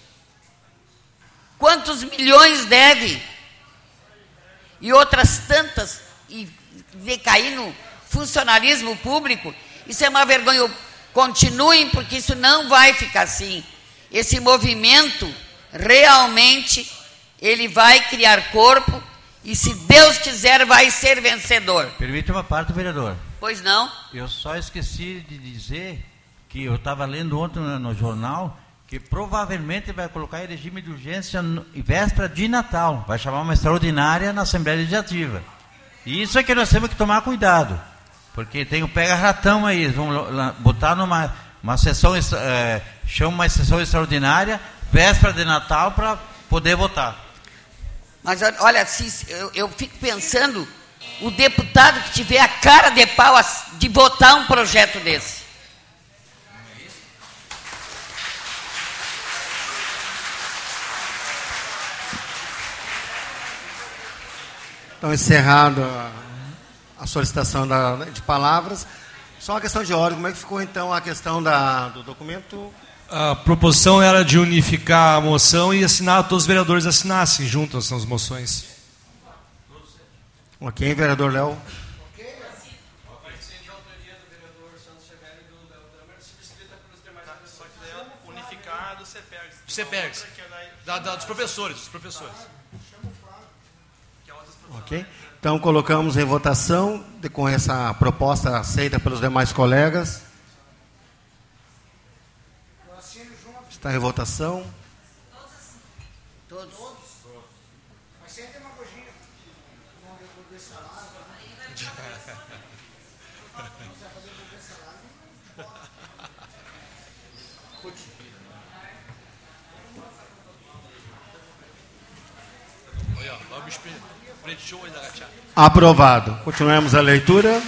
D: Quantos milhões deve? E outras tantas, e decair no funcionalismo público. Isso é uma vergonha. Continuem, porque isso não vai ficar assim. Esse movimento, realmente, ele vai criar corpo e, se Deus quiser, vai ser vencedor.
H: Permite uma parte, vereador.
D: Pois não?
H: Eu só esqueci de dizer que eu estava lendo ontem no, no jornal que provavelmente vai colocar em regime de urgência no, em véspera de Natal. Vai chamar uma extraordinária na Assembleia Legislativa. E isso é que nós temos que tomar cuidado. Porque tem o pega-ratão aí, eles vão botar numa uma sessão, é, chama uma sessão extraordinária, véspera de Natal, para poder votar.
D: Mas olha, se, eu, eu fico pensando, o deputado que tiver a cara de pau de votar um projeto desse.
A: Então, encerrado a, a solicitação da, de palavras. Só uma questão de ordem. Como é que ficou, então, a questão da, do documento?
F: A proposição era de unificar a moção e assinar, todos os vereadores assinassem juntas as moções.
A: Ok, vereador Léo.
F: C P E Gs, da, da, dos professores, dos professores.
A: Ok. Então, colocamos em votação, de, com essa proposta aceita pelos demais colegas. Está em votação.
D: Todos.
B: Mas sem demagogia. Não devolver salário.
A: Aprovado. Continuamos a leitura.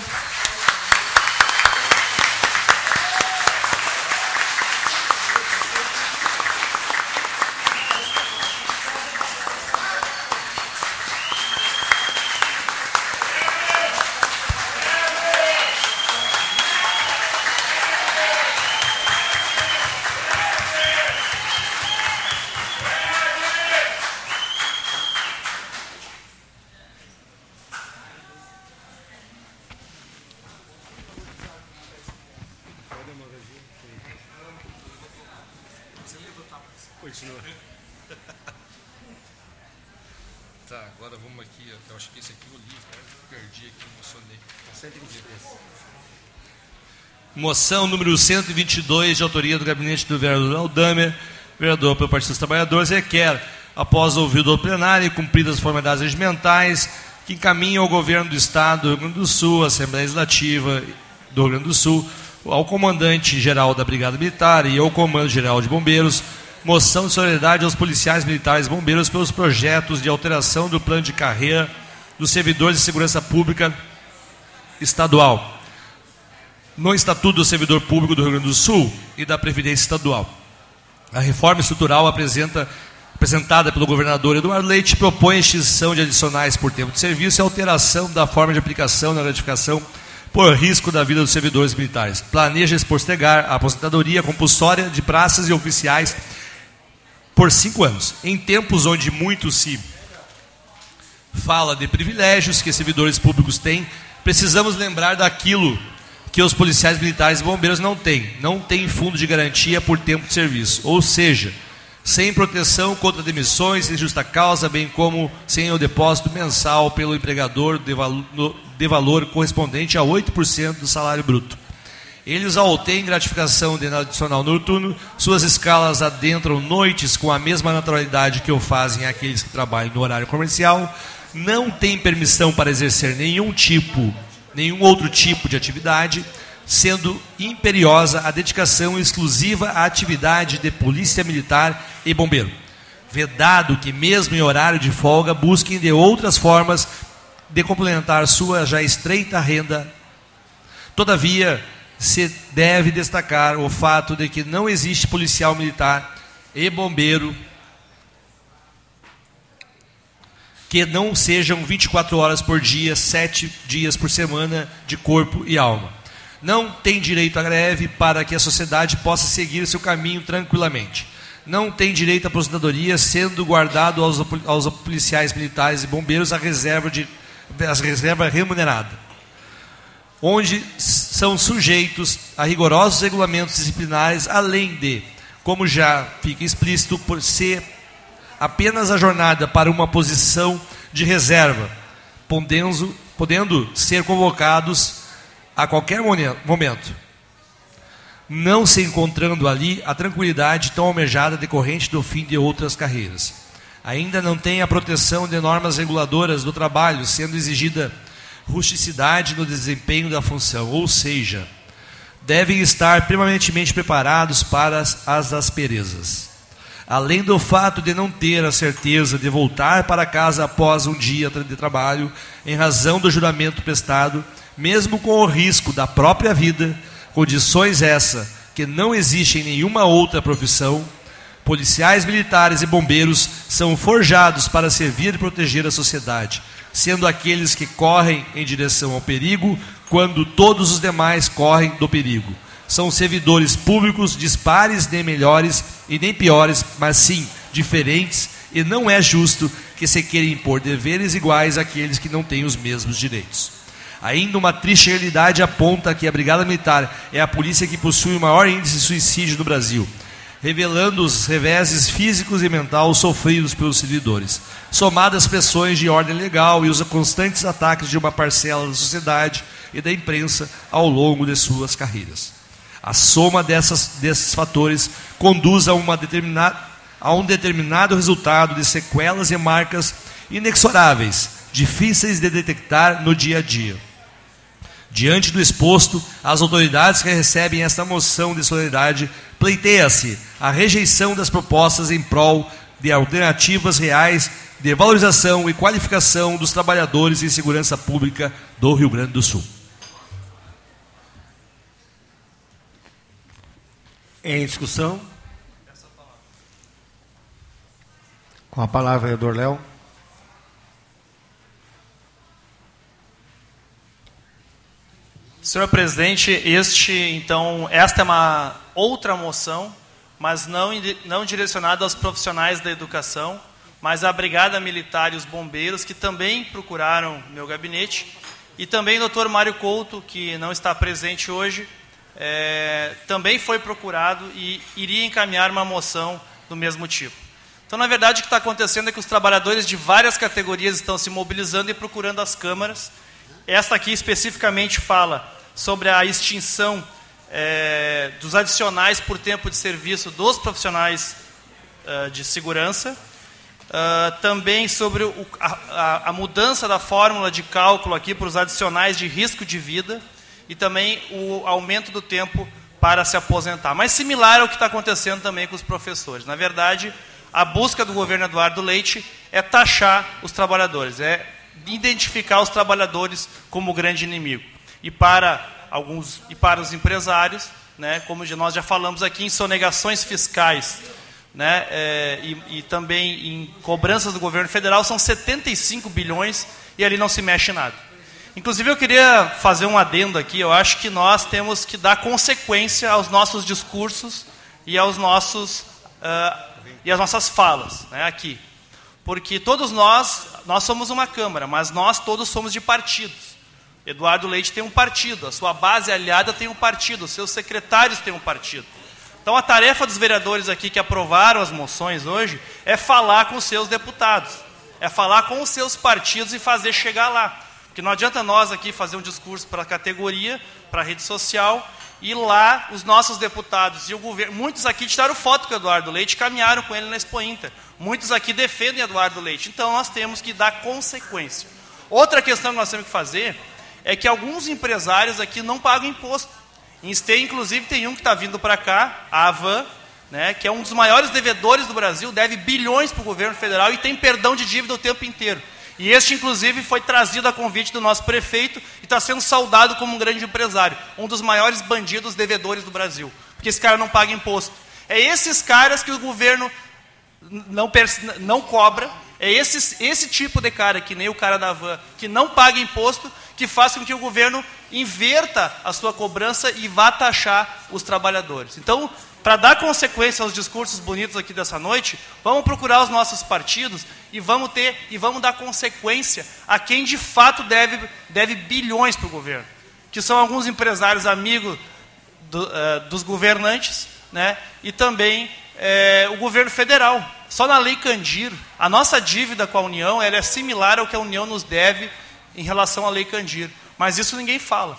F: Continua. Tá, agora vamos aqui. Eu acho que esse aqui eu li, cara. Perdi aqui, emocionei. cento e vinte e dois. Moção número cento e vinte e dois, de autoria do gabinete do vereador Aldamer, vereador pelo Partido dos Trabalhadores, requer, após ouvido ao plenário e cumpridas as formalidades regimentais, que encaminham ao governo do Estado do Rio Grande do Sul, à Assembleia Legislativa do Rio Grande do Sul, ao comandante-geral da Brigada Militar e ao Comando-Geral de Bombeiros, moção de solidariedade aos policiais militares e bombeiros pelos projetos de alteração do plano de carreira dos servidores de segurança pública estadual, no Estatuto do Servidor Público do Rio Grande do Sul e da Previdência Estadual. A reforma estrutural apresenta, apresentada pelo governador Eduardo Leite propõe a extinção de adicionais por tempo de serviço e alteração da forma de aplicação na gratificação por risco da vida dos servidores militares. Planeja postergar a aposentadoria compulsória de praças e oficiais por cinco anos. Em tempos onde muito se fala de privilégios que servidores públicos têm, precisamos lembrar daquilo que os policiais militares e bombeiros não têm. Não têm fundo de garantia por tempo de serviço, ou seja, sem proteção contra demissões sem justa causa, bem como sem o depósito mensal pelo empregador de valor, de valor correspondente a oito por cento do salário bruto. Eles obtêm gratificação de adicional noturno, suas escalas adentram noites com a mesma naturalidade que o fazem aqueles que trabalham no horário comercial, não têm permissão para exercer nenhum tipo, nenhum outro tipo de atividade, sendo imperiosa a dedicação exclusiva à atividade de polícia militar e bombeiro. Vedado que, mesmo em horário de folga, busquem de outras formas de complementar sua já estreita renda. Todavia, se deve destacar o fato de que não existe policial militar e bombeiro que não sejam vinte e quatro horas por dia, sete dias por semana, de corpo e alma. Não tem direito à greve para que a sociedade possa seguir seu caminho tranquilamente. Não tem direito à aposentadoria, sendo guardado aos, aos policiais militares e bombeiros a reserva, de, a reserva remunerada, onde são sujeitos a rigorosos regulamentos disciplinares, além de, como já fica explícito, por ser apenas a jornada para uma posição de reserva, podendo, podendo ser convocados a qualquer momento, não se encontrando ali a tranquilidade tão almejada decorrente do fim de outras carreiras. Ainda não tem a proteção de normas reguladoras do trabalho, sendo exigida rusticidade no desempenho da função, ou seja, devem estar permanentemente preparados para as, as asperezas. Além do fato de não ter a certeza de voltar para casa após um dia de trabalho, em razão do juramento prestado, mesmo com o risco da própria vida, condições essa que não existe em nenhuma outra profissão, policiais militares e bombeiros são forjados para servir e proteger a sociedade, sendo aqueles que correm em direção ao perigo, quando todos os demais correm do perigo. São servidores públicos dispares, nem melhores e nem piores, mas sim diferentes, e não é justo que se queira impor deveres iguais àqueles que não têm os mesmos direitos. Ainda uma triste realidade aponta que a Brigada Militar é a polícia que possui o maior índice de suicídio do Brasil, revelando os reveses físicos e mentais sofridos pelos servidores, somadas às pressões de ordem legal e os constantes ataques de uma parcela da sociedade e da imprensa ao longo de suas carreiras. A soma dessas, desses fatores conduz a, uma determinada, a um determinado resultado de sequelas e marcas inexoráveis, difíceis de detectar no dia a dia. Diante do exposto, as autoridades que recebem esta moção de solidariedade pleiteia-se a rejeição das propostas em prol de alternativas reais de valorização e qualificação dos trabalhadores em segurança pública do Rio Grande do Sul.
A: Em discussão? Com a palavra, vereador Léo.
G: Senhor presidente, este, então, esta é uma outra moção, mas não, não direcionada aos profissionais da educação, mas à Brigada Militar e os bombeiros, que também procuraram meu gabinete, e também o doutor Mário Couto, que não está presente hoje, é, também foi procurado e iria encaminhar uma moção do mesmo tipo. Então, na verdade, o que está acontecendo é que os trabalhadores de várias categorias estão se mobilizando e procurando as câmaras. Esta aqui especificamente fala sobre a extinção é, dos adicionais por tempo de serviço dos profissionais uh, de segurança. Uh, também sobre o, a, a mudança da fórmula de cálculo aqui para os adicionais de risco de vida e também o aumento do tempo para se aposentar. Mas similar ao que está acontecendo também com os professores. Na verdade, a busca do governo Eduardo Leite é taxar os trabalhadores, é identificar os trabalhadores como o grande inimigo. E para alguns e para os empresários, né, como nós já falamos aqui, em sonegações fiscais, né, é, e, e também em cobranças do governo federal, são setenta e cinco bilhões e ali não se mexe nada. Inclusive, eu queria fazer um adendo aqui. Eu acho que nós temos que dar consequência aos nossos discursos e aos nossos uh, e às nossas falas, né, aqui. Porque todos nós, nós somos uma Câmara, mas nós todos somos de partidos. Eduardo Leite tem um partido, a sua base aliada tem um partido, os seus secretários têm um partido. Então, a tarefa dos vereadores aqui que aprovaram as moções hoje é falar com os seus deputados, é falar com os seus partidos e fazer chegar lá. Porque não adianta nós aqui fazer um discurso para a categoria, para a rede social, e lá os nossos deputados e o governo, muitos aqui tiraram foto com o Eduardo Leite e caminharam com ele na Expo Inter. Muitos aqui defendem Eduardo Leite. Então, nós temos que dar consequência. Outra questão que nós temos que fazer é que alguns empresários aqui não pagam imposto. Em Esteio, inclusive, tem um que está vindo para cá, a Avan, né, que é um dos maiores devedores do Brasil, deve bilhões para o governo federal e tem perdão de dívida o tempo inteiro. E este, inclusive, foi trazido a convite do nosso prefeito e está sendo saudado como um grande empresário, um dos maiores bandidos devedores do Brasil, porque esse cara não paga imposto. É esses caras que o governo não, não cobra, é esse, esse tipo de cara, que nem o cara da Van, que não paga imposto, que faz com que o governo inverta a sua cobrança e vá taxar os trabalhadores. Então, para dar consequência aos discursos bonitos aqui dessa noite, vamos procurar os nossos partidos e vamos ter e vamos dar consequência a quem de fato deve, deve bilhões para o governo, que são alguns empresários amigos do, uh, dos governantes, né, e também uh, o governo federal. Só na Lei Candir, a nossa dívida com a União ela é similar ao que a União nos deve em relação à Lei Candir, mas isso ninguém fala.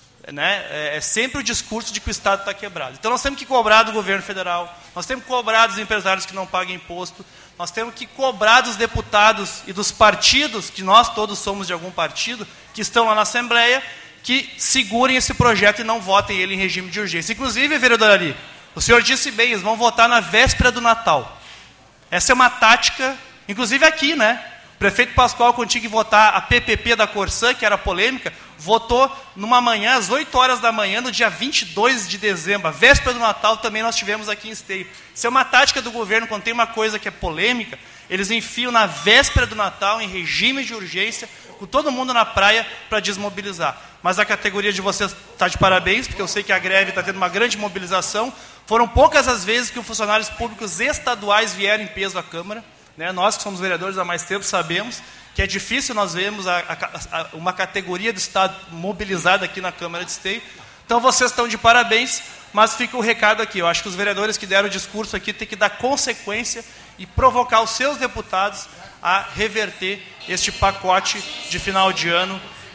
G: Né? É sempre o discurso de que o Estado está quebrado. Então nós temos que cobrar do governo federal, nós temos que cobrar dos empresários que não pagam imposto, nós temos que cobrar dos deputados e dos partidos, que nós todos somos de algum partido, que estão lá na Assembleia, que segurem esse projeto e não votem ele em regime de urgência. Inclusive, vereador Ari, o senhor disse bem, eles vão votar na véspera do Natal. Essa é uma tática, inclusive aqui, né? O prefeito Pascoal, quando tinha que votar a P P P da Corsã, que era polêmica, votou numa manhã, às oito horas da manhã, no dia vinte e dois de dezembro, a véspera do Natal, também nós tivemos aqui em Esteio. Isso é uma tática do governo, quando tem uma coisa que é polêmica, eles enfiam na véspera do Natal, em regime de urgência, com todo mundo na praia, para desmobilizar. Mas a categoria de vocês está de parabéns, porque eu sei que a greve está tendo uma grande mobilização. Foram poucas as vezes que os funcionários públicos estaduais vieram em peso à Câmara. Né? Nós que somos vereadores há mais tempo sabemos que é difícil nós vermos a, a, a, uma categoria do Estado mobilizada aqui na Câmara de Esteio. Então vocês estão de parabéns, mas fica o recado aqui. Eu acho que os vereadores que deram o discurso aqui têm que dar consequência e provocar os seus deputados a reverter este pacote de final de ano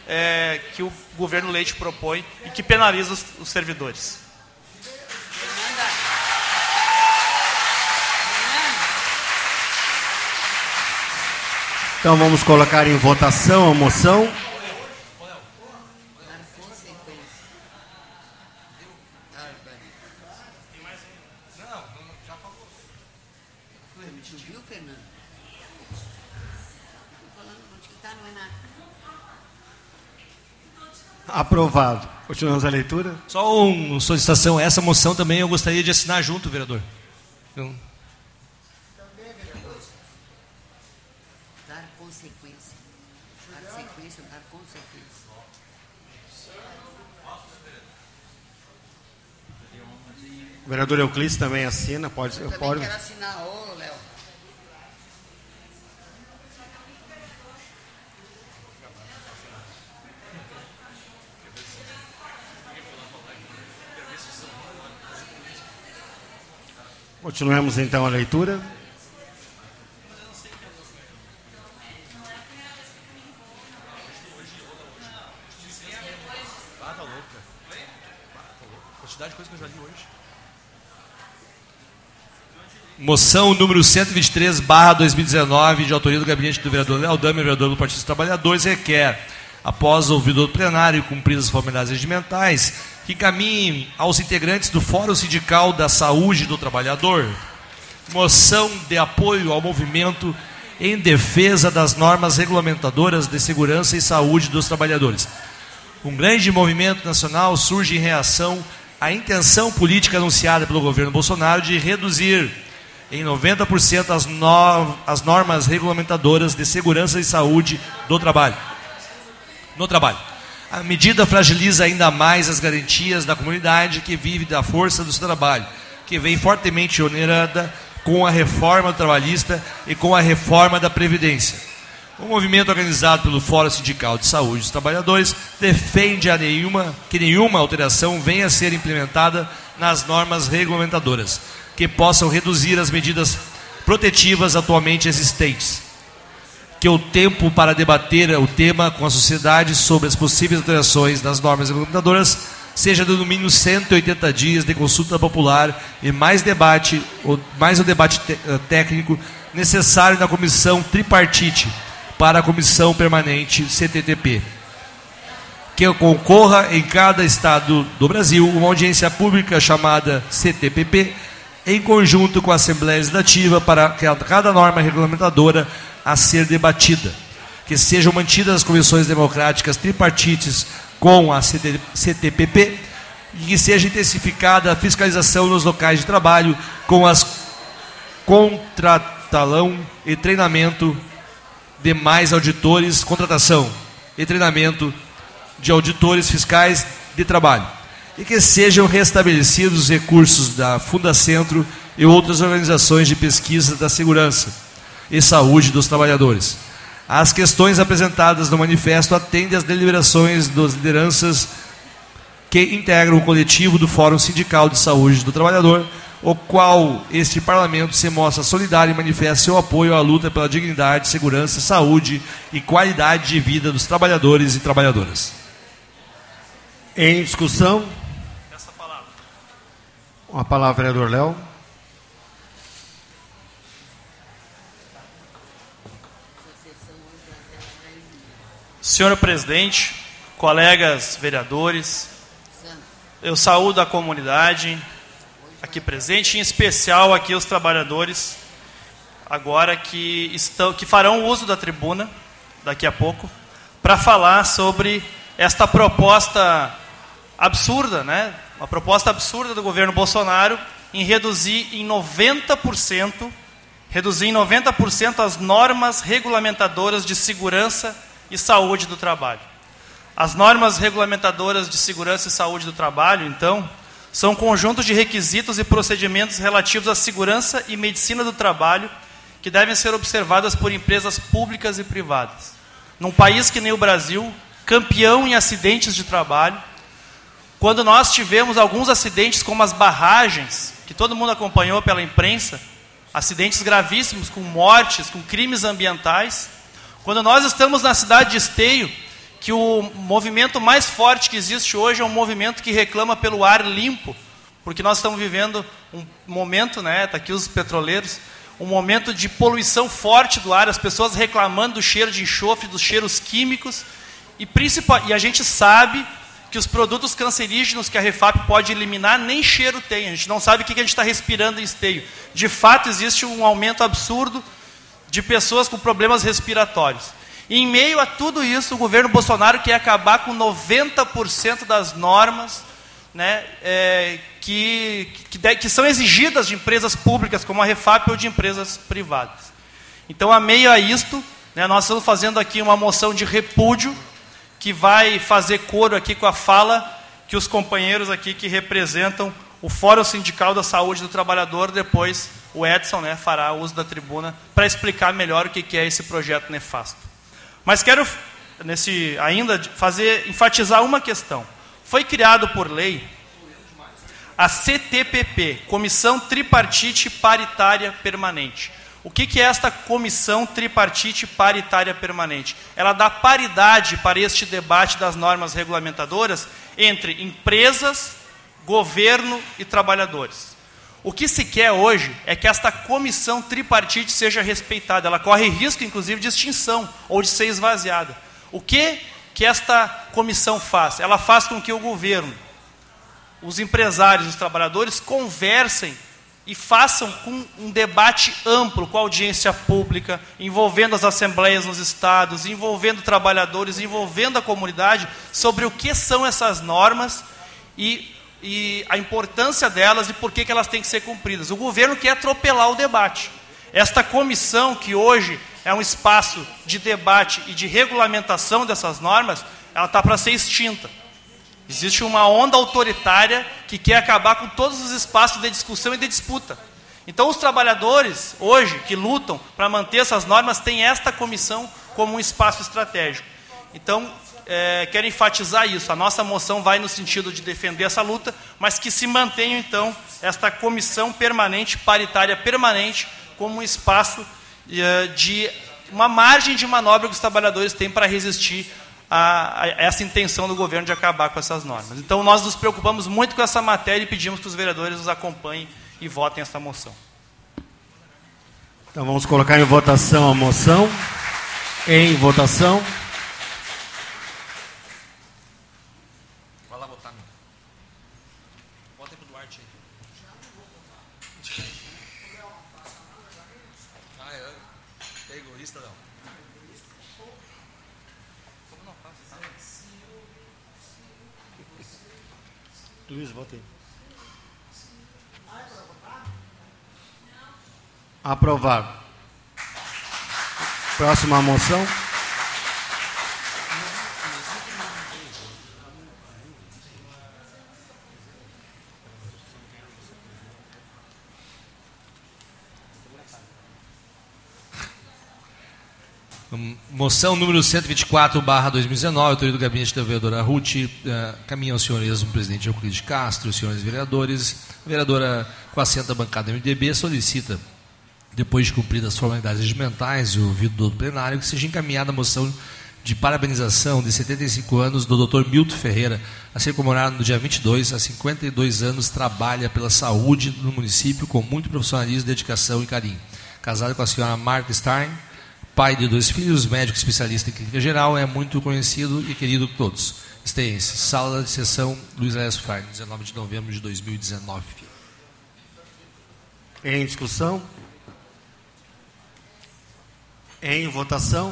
G: é, que o governo Leite propõe e que penaliza os, os servidores.
A: Então vamos colocar em votação a moção. Aprovado. Continuamos a leitura.
F: Só uma solicitação. Essa moção também eu gostaria de assinar junto, vereador. Então...
D: Dar consequência. Dar sequência, dar consequência.
A: O vereador Euclides também assina. Pode,
D: Eu também
A: pode...
D: quero assinar. Ô, Léo.
A: Continuemos então a leitura.
F: Ah, tá louca. Quantidade de coisa que eu já li hoje. Moção número cento e vinte e três barra dois mil e dezenove, de autoria do gabinete do vereador Léo Damer, vereador do Partido dos Trabalhadores, requer, após ouvido do plenário e cumpridas as formalidades regimentais, que encaminhem aos integrantes do Fórum Sindical da Saúde do Trabalhador moção de apoio ao movimento em defesa das normas regulamentadoras de segurança e saúde dos trabalhadores. Um grande movimento nacional surge em reação à intenção política anunciada pelo governo Bolsonaro de reduzir em noventa por cento as, no... as normas regulamentadoras de segurança e saúde do trabalho. No trabalho. A medida fragiliza ainda mais as garantias da comunidade que vive da força do seu trabalho, que vem fortemente onerada com a reforma trabalhista e com a reforma da Previdência. O movimento organizado pelo Fórum Sindical de Saúde dos Trabalhadores defende a nenhuma, que nenhuma alteração venha a ser implementada nas normas regulamentadoras, que possam reduzir as medidas protetivas atualmente existentes. Que o tempo para debater o tema com a sociedade sobre as possíveis alterações das normas regulamentadoras seja de no mínimo cento e oitenta dias de consulta popular e mais debate, mais o debate técnico necessário na comissão tripartite para a comissão permanente C T T P. Que concorra em cada estado do Brasil uma audiência pública chamada C T P P, em conjunto com a Assembleia Legislativa para cada norma regulamentadora a ser debatida. Que sejam mantidas as comissões democráticas tripartites com a C T P P e que seja intensificada a fiscalização nos locais de trabalho com as contratalão e treinamento de mais auditores, contratação e treinamento de auditores fiscais de trabalho, e que sejam restabelecidos os recursos da Fundacentro e outras organizações de pesquisa da segurança e saúde dos trabalhadores. As questões apresentadas no manifesto atendem às deliberações das lideranças que integram o coletivo do Fórum Sindical de Saúde do Trabalhador, o qual este parlamento se mostra solidário e manifesta seu apoio à luta pela dignidade, segurança, saúde e qualidade de vida dos trabalhadores e trabalhadoras.
A: Em discussão,
G: Essa palavra.
A: a palavra, vereador Léo.
G: Senhor presidente, colegas vereadores, eu saúdo a comunidade aqui presente, em especial aqui os trabalhadores, agora que, estão, que farão uso da tribuna, daqui a pouco, para falar sobre esta proposta absurda, né? Uma proposta absurda do governo Bolsonaro em reduzir em noventa por cento, reduzir em noventa por cento as normas regulamentadoras de segurança e saúde do trabalho. As normas regulamentadoras de segurança e saúde do trabalho, então, são conjuntos de requisitos e procedimentos relativos à segurança e medicina do trabalho que devem ser observadas por empresas públicas e privadas. Num país que nem o Brasil, campeão em acidentes de trabalho, quando nós tivemos alguns acidentes como as barragens, que todo mundo acompanhou pela imprensa, acidentes gravíssimos, com mortes, com crimes ambientais, quando nós estamos na cidade de Esteio, que o movimento mais forte que existe hoje é um movimento que reclama pelo ar limpo, porque nós estamos vivendo um momento, né, tá aqui os petroleiros, um momento de poluição forte do ar, as pessoas reclamando do cheiro de enxofre, dos cheiros químicos, e, principal, e a gente sabe que os produtos cancerígenos que a Refap pode eliminar, nem cheiro tem, a gente não sabe o que a gente está respirando em Esteio. De fato, existe um aumento absurdo de pessoas com problemas respiratórios. E em meio a tudo isso, o governo Bolsonaro quer acabar com noventa por cento das normas, né, é, que, que, que são exigidas de empresas públicas, como a Refap, ou de empresas privadas. Então, a meio a isto, né, nós estamos fazendo aqui uma moção de repúdio, que vai fazer coro aqui com a fala que os companheiros aqui que representam o Fórum Sindical da Saúde do Trabalhador, depois o Edson, né, fará uso da tribuna para explicar melhor o que é esse projeto nefasto. Mas quero nesse, ainda fazer, enfatizar uma questão. Foi criado por lei A C T P P, Comissão Tripartite Paritária Permanente. O que, que é esta Comissão Tripartite Paritária Permanente? Ela dá paridade para este debate das normas regulamentadoras entre empresas, governo e trabalhadores. O que se quer hoje é que esta comissão tripartite seja respeitada. Ela corre risco, inclusive, de extinção ou de ser esvaziada. O que, que esta comissão faz? Ela faz com que o governo, os empresários e os trabalhadores conversem e façam com um debate amplo, com audiência pública, envolvendo as assembleias nos estados, envolvendo trabalhadores, envolvendo a comunidade, sobre o que são essas normas e, e a importância delas e por que, que elas têm que ser cumpridas. O governo quer atropelar o debate. Esta comissão, que hoje é um espaço de debate e de regulamentação dessas normas, ela está para ser extinta. Existe uma onda autoritária que quer acabar com todos os espaços de discussão e de disputa. Então, os trabalhadores, hoje, que lutam para manter essas normas, têm esta comissão como um espaço estratégico. Então, é, quero enfatizar isso. A nossa moção vai no sentido de defender essa luta, mas que se mantenha, então, esta comissão permanente, paritária permanente, como um espaço é, de uma margem de manobra que os trabalhadores têm para resistir A, a essa intenção do governo de acabar com essas normas. Então, nós nos preocupamos muito com essa matéria e pedimos que os vereadores nos acompanhem e votem essa moção.
A: Então, vamos colocar em votação a moção. Em votação.
F: Vai lá votar, meu. Vota aí pro Duarte aí. Ah, é, é egoísta, não.
A: Luiz, vota aí. Aprovado. Próxima moção.
F: Moção número cento e vinte e quatro, barra dois mil e dezenove, autoria do gabinete da vereadora Ruth, uh, caminha ao senhorismo presidente Euclides Castro, os senhores vereadores. A vereadora, com assento da bancada M D B, solicita, depois de cumpridas as formalidades regimentais e ouvido do plenário, que seja encaminhada a moção de parabenização de setenta e cinco anos do doutor Milton Ferreira, a ser comemorado no dia vinte e dois, há cinquenta e dois anos, trabalha pela saúde no município com muito profissionalismo, dedicação e carinho. Casado com a senhora Marta Stein, pai de dois filhos, médico especialista em clínica geral, é muito conhecido e querido por todos. Estência, sala de sessão Luiz Alessio Freire, dezenove de novembro de dois mil e dezenove.
A: Em discussão? Em votação?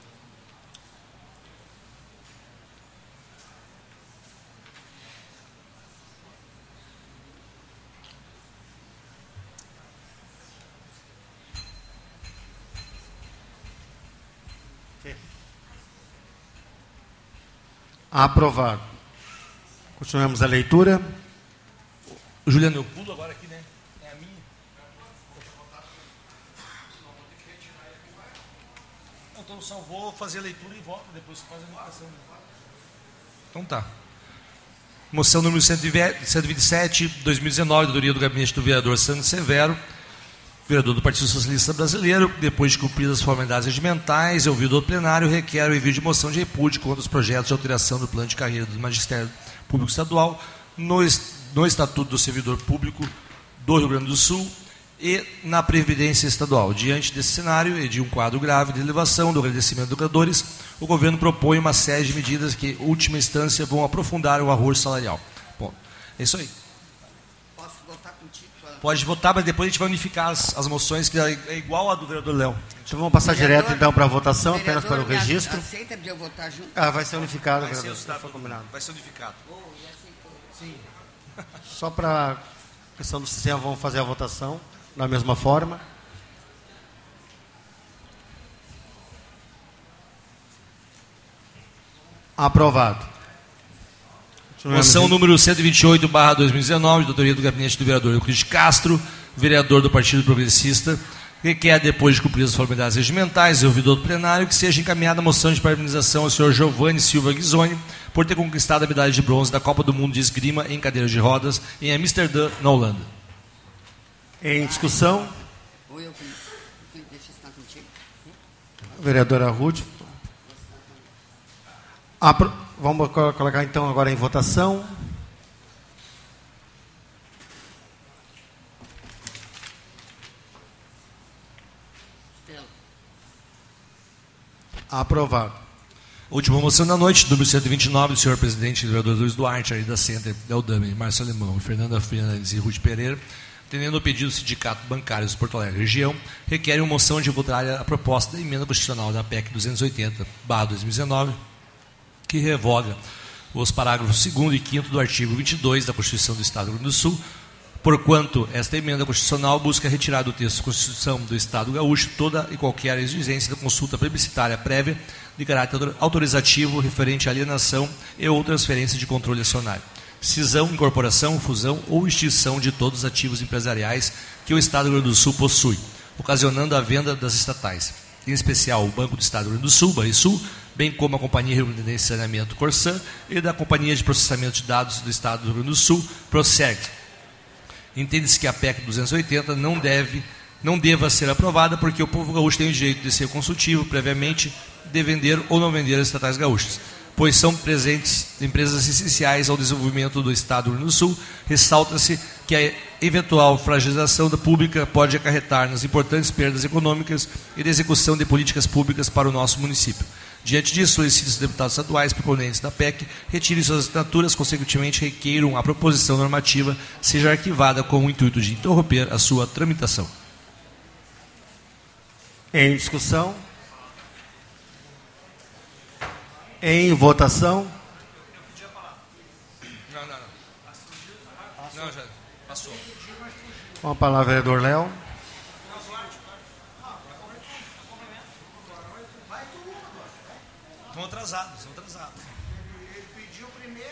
A: Aprovado. Continuamos a leitura.
F: Juliano, eu pulo agora aqui, né? É a minha. Então só vou fazer a leitura e voto, depois você faz a votação. Então tá. Moção número cento e vinte e sete, dois mil e dezenove, da autoria do gabinete do vereador Sandro Severo, vereador do Partido Socialista Brasileiro, depois de cumpridas as formalidades regimentais e ouvido o plenário, requer o envio de moção de repúdio contra os projetos de alteração do plano de carreira do Magistério Público Estadual no, no Estatuto do Servidor Público do Rio Grande do Sul e na Previdência Estadual. Diante desse cenário e de um quadro grave de elevação do agradecimento dos educadores, o governo propõe uma série de medidas que, em última instância, vão aprofundar o arroz salarial. Bom, é isso aí. Pode votar, mas depois a gente vai unificar as, as moções, que é igual a do vereador Léo.
A: Então vamos passar
D: vereador,
A: direto então para a votação, apenas para o registro.
D: Aceita de eu votar junto?
A: Ah, vai ser unificado,
F: Vai
A: vereador.
F: ser,
A: Foi combinado.
F: vai ser unificado.
A: Sim. Só para questão do sistema, vamos fazer a votação da mesma forma. Aprovado.
F: Moção número cento e vinte e oito, barra dois mil e dezenove, de autoria do gabinete do vereador Euclides Castro, vereador do Partido Progressista, Requer, depois de cumprir as formalidades regimentais e ouvido do plenário, que seja encaminhada a moção de parabenização ao senhor Giovanni Silva Ghisoni por ter conquistado a medalha de bronze da Copa do Mundo de Esgrima em cadeira de rodas em Amsterdã, na Holanda.
A: Em discussão.
D: Ou eu, deixa eu estar contigo.
A: Vereadora Ruth. Apro... Vamos colocar então agora em votação. Aprovado.
F: Última moção da noite, número cento e vinte e nove, do senhor presidente, vereador Luiz Duarte, Arida Center, Deldame, Márcio Alemão, Fernanda Fernandes e Ruth Pereira, atendendo o pedido do Sindicato Bancário de Porto Alegre Região, requerem uma moção de votar a proposta da emenda constitucional da P E C duzentos e oitenta barra dois mil e dezenove, que revoga os parágrafos segundo e quinto do artigo vinte e dois da Constituição do Estado do Rio Grande do Sul, porquanto esta emenda constitucional busca retirar do texto da Constituição do Estado Gaúcho toda e qualquer exigência da consulta plebiscitária prévia de caráter autorizativo referente à alienação e ou transferência de controle acionário, cisão, incorporação, fusão ou extinção de todos os ativos empresariais que o Estado do Rio Grande do Sul possui, ocasionando a venda das estatais, em especial o Banco do Estado do Rio Grande do Sul, Banrisul, bem como a Companhia Rio Grande de Saneamento, Corsã, e da Companhia de Processamento de Dados do Estado do Rio Grande do Sul, Procerg. Entende-se que a P E C duzentos e oitenta não, deve, não deva ser aprovada porque o povo gaúcho tem o direito de ser consultivo previamente de vender ou não vender as estatais gaúchas, pois são presentes empresas essenciais ao desenvolvimento do Estado do Rio Grande do Sul. Ressalta-se que a eventual fragilização da pública pode acarretar nas importantes perdas econômicas e de execução de políticas públicas para o nosso município. Diante disso, solicito os deputados estaduais proponentes da P E C retirem suas assinaturas, consequentemente requeiram a proposição normativa seja arquivada com o intuito de interromper a sua tramitação.
A: Em discussão. Em votação.
F: Não, não, não. Não, já passou.
A: Com a palavra, vereador Léo.
F: Estão atrasados, estão atrasados.
B: Ele pediu primeiro.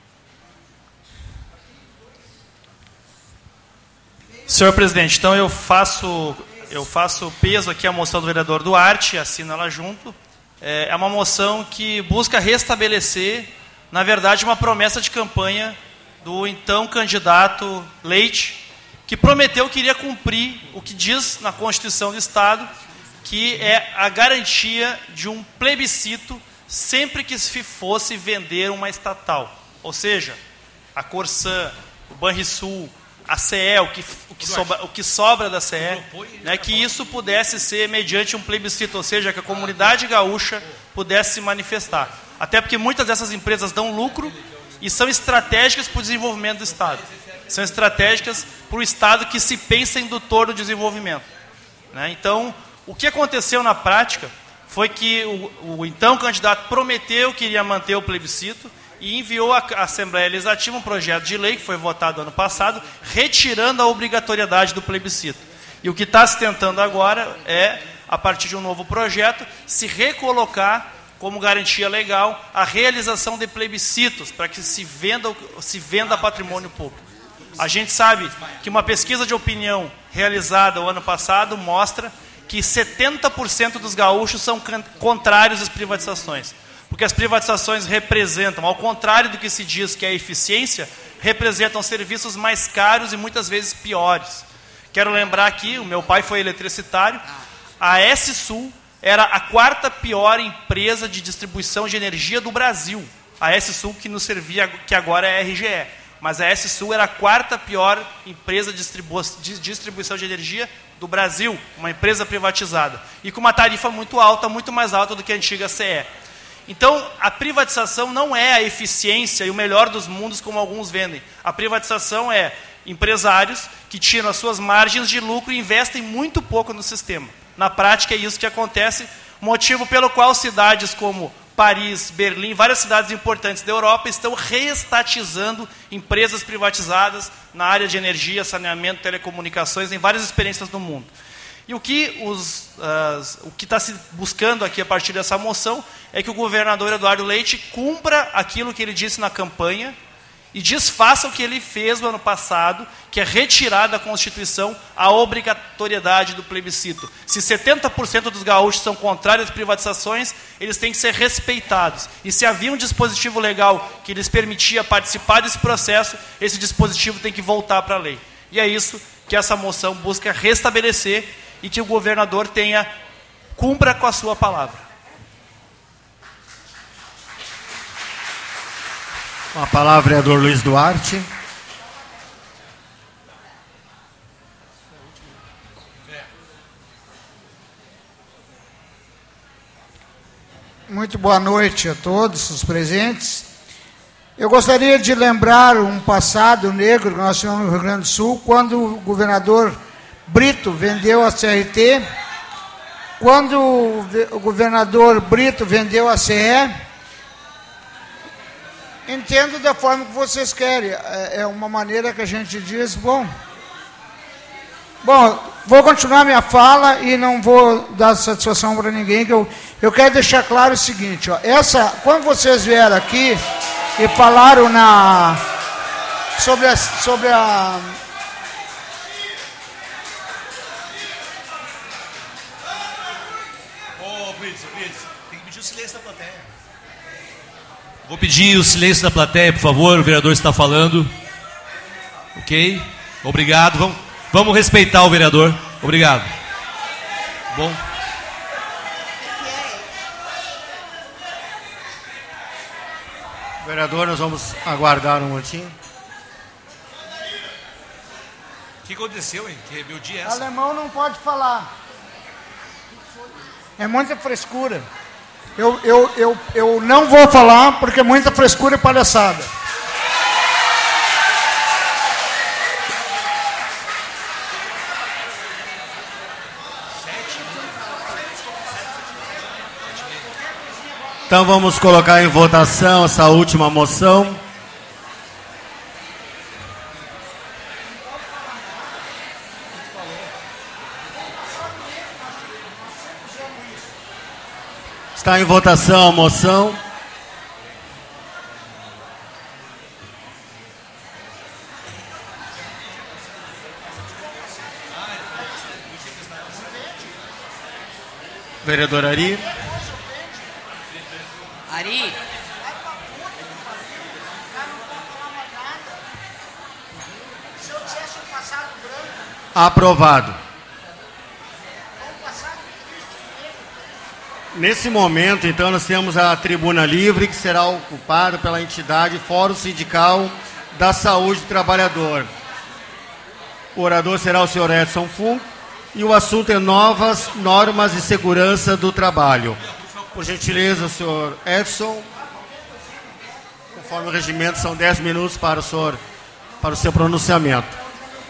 G: Senhor presidente, então eu faço, eu faço peso aqui a moção do vereador Duarte, assino ela junto. É uma moção que busca restabelecer, na verdade, uma promessa de campanha do então candidato Leite, que prometeu que iria cumprir o que diz na Constituição do Estado, que é a garantia de um plebiscito sempre que se fosse vender uma estatal. Ou seja, a Corsã, o Banrisul, a C E, o que, o que, sobra, o que sobra da C E, né, que isso pudesse ser mediante um plebiscito, ou seja, que a comunidade gaúcha pudesse se manifestar. Até porque muitas dessas empresas dão lucro e são estratégicas para o desenvolvimento do Estado. São estratégicas para o Estado que se pensa indutor do desenvolvimento. Né? Então, o que aconteceu na prática foi que o, o então candidato prometeu que iria manter o plebiscito e enviou à Assembleia Legislativa um projeto de lei, que foi votado ano passado, retirando a obrigatoriedade do plebiscito. E o que está se tentando agora é, a partir de um novo projeto, se recolocar como garantia legal a realização de plebiscitos, para que se venda, se venda patrimônio público. A gente sabe que uma pesquisa de opinião realizada o ano passado mostra que setenta por cento dos gaúchos são contrários às privatizações. Porque as privatizações representam, ao contrário do que se diz que é eficiência, representam serviços mais caros e muitas vezes piores. Quero lembrar aqui, o meu pai foi eletricitário, a S-Sul era a quarta pior empresa de distribuição de energia do Brasil. A S-Sul que nos servia, que agora é a R G E. Mas a S-Sul era a quarta pior empresa de distribuição de energia do Brasil, uma empresa privatizada. E com uma tarifa muito alta, muito mais alta do que a antiga C E. Então, a privatização não é a eficiência e o melhor dos mundos, como alguns vendem. A privatização é empresários que tiram as suas margens de lucro e investem muito pouco no sistema. Na prática, é isso que acontece, motivo pelo qual cidades como Paris, Berlim, várias cidades importantes da Europa estão reestatizando empresas privatizadas na área de energia, saneamento, telecomunicações, em várias experiências no mundo. E o que os, uh, o que está se buscando aqui a partir dessa moção é que o governador Eduardo Leite cumpra aquilo que ele disse na campanha e desfaça o que ele fez no ano passado, que é retirar da Constituição a obrigatoriedade do plebiscito. Se setenta por cento dos gaúchos são contrários às privatizações, eles têm que ser respeitados. E se havia um dispositivo legal que lhes permitia participar desse processo, esse dispositivo tem que voltar para a lei. E é isso que essa moção busca restabelecer e que o governador tenha, cumpra com a sua palavra.
A: A palavra é do Luiz Duarte.
B: Muito boa noite a todos os presentes. Eu gostaria de lembrar um passado negro que nós tivemos no Rio Grande do Sul, quando o governador Brito vendeu a C R T, quando o governador Brito vendeu a C E. Entendo da forma que vocês querem. É uma maneira que a gente diz, bom... Bom, vou continuar minha fala e não vou dar satisfação para ninguém. Que eu, eu quero deixar claro o seguinte, ó, essa, quando vocês vieram aqui e falaram na, sobre a... Sobre a
F: Ô, Brito, Brito, tem que pedir o silêncio da plateia. Vou pedir o silêncio da plateia, por favor, o vereador está falando. Ok? Obrigado. Vamos, vamos respeitar o vereador. Obrigado. Bom.
A: Vereador, nós vamos aguardar um momentinho.
F: O que aconteceu, hein? Que rebeldia é essa?
B: Alemão não pode falar. É muita frescura. Eu, eu, eu, eu não vou falar porque é muita frescura e palhaçada.
A: Então vamos colocar em votação essa última moção. Está em votação a moção. Vereador Ari.
D: Ari.
A: Aprovado. Nesse momento, então, nós temos a tribuna livre, que será ocupada pela entidade Fórum Sindical da Saúde do Trabalhador. O orador será o senhor Edson Funk, e o assunto é novas normas de segurança do trabalho. Por gentileza, senhor Edson. Conforme o regimento, são dez minutos para o senhor, para o seu pronunciamento.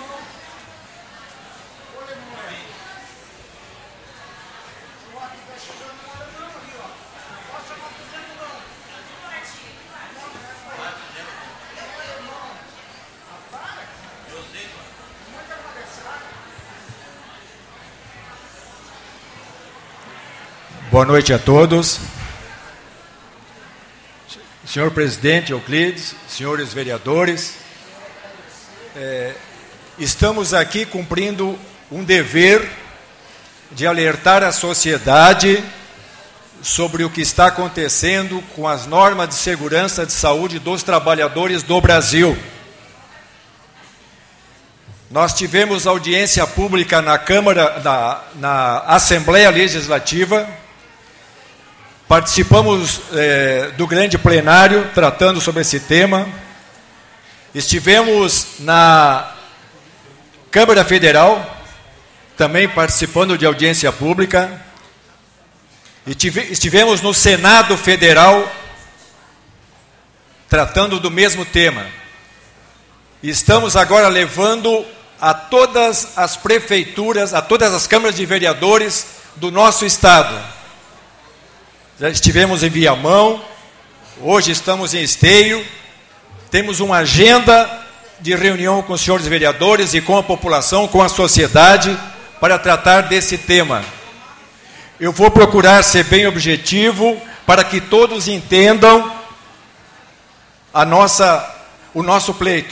I: Boa noite a todos. Senhor presidente Euclides, senhores vereadores, é, estamos aqui cumprindo um dever de alertar a sociedade sobre o que está acontecendo com as normas de segurança de saúde dos trabalhadores do Brasil. Nós tivemos audiência pública na Câmara, na, na Assembleia Legislativa. Participamos é, do grande plenário tratando sobre esse tema. Estivemos na Câmara Federal, também participando de audiência pública. E tive, estivemos no Senado Federal, tratando do mesmo tema. E estamos agora levando a todas as prefeituras, a todas as câmaras de vereadores do nosso estado. Já estivemos em Viamão, hoje estamos em Esteio, temos uma agenda de reunião com os senhores vereadores e com a população, com a sociedade, para tratar desse tema. Eu vou procurar ser bem objetivo, para que todos entendam a nossa o nosso pleito.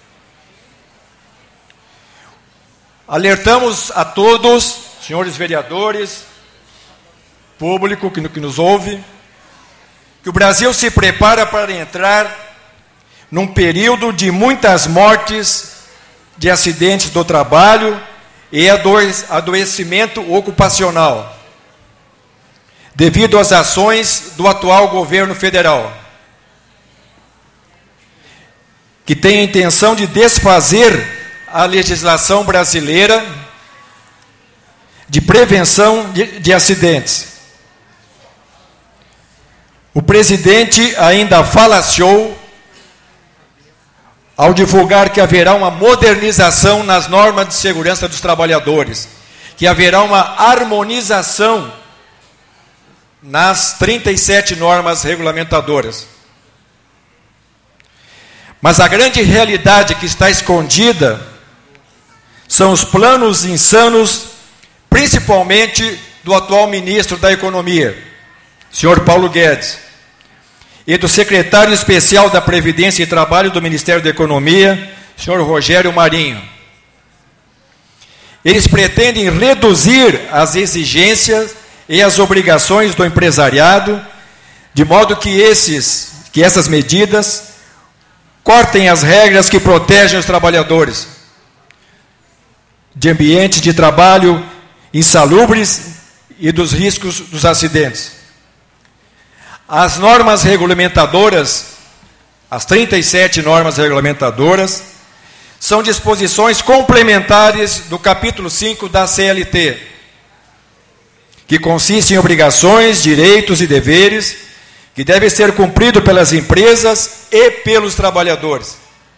I: Alertamos a todos, senhores vereadores, público que, que nos ouve, que o Brasil se prepara para entrar num período de muitas mortes de acidentes do trabalho e adoecimento ocupacional, devido às ações do atual governo federal, que tem a intenção de desfazer a legislação brasileira de prevenção de, de acidentes. O presidente ainda falaciou ao divulgar que haverá uma modernização nas normas de segurança dos trabalhadores, que haverá uma harmonização nas trinta e sete normas regulamentadoras. Mas a grande realidade que está escondida são os planos insanos, principalmente do atual ministro da Economia, senhor Paulo Guedes, e do secretário especial da Previdência e Trabalho do Ministério da Economia, senhor Rogério Marinho. Eles pretendem reduzir as exigências e as obrigações do empresariado, de modo que, esses, que essas medidas cortem as regras que protegem os trabalhadores de ambientes de trabalho insalubres e dos riscos dos acidentes. As normas regulamentadoras, as trinta e sete normas regulamentadoras, são disposições complementares do capítulo cinco da C L T, que consiste em obrigações, direitos e deveres que devem ser cumpridos pelas empresas e pelos trabalhadores,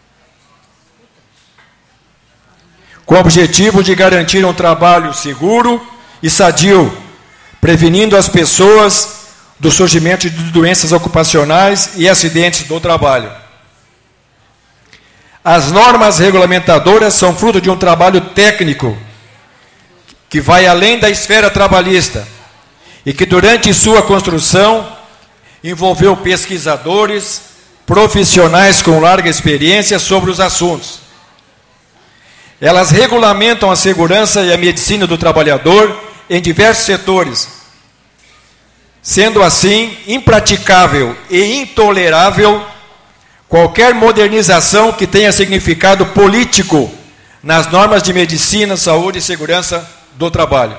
I: com o objetivo de garantir um trabalho seguro e sadio, prevenindo as pessoas do surgimento de doenças ocupacionais e acidentes do trabalho. As normas regulamentadoras são fruto de um trabalho técnico que vai além da esfera trabalhista e que, durante sua construção, envolveu pesquisadores, profissionais com larga experiência sobre os assuntos. Elas regulamentam a segurança e a medicina do trabalhador em diversos setores, sendo assim impraticável e intolerável qualquer modernização que tenha significado político nas normas de medicina, saúde e segurança do trabalho.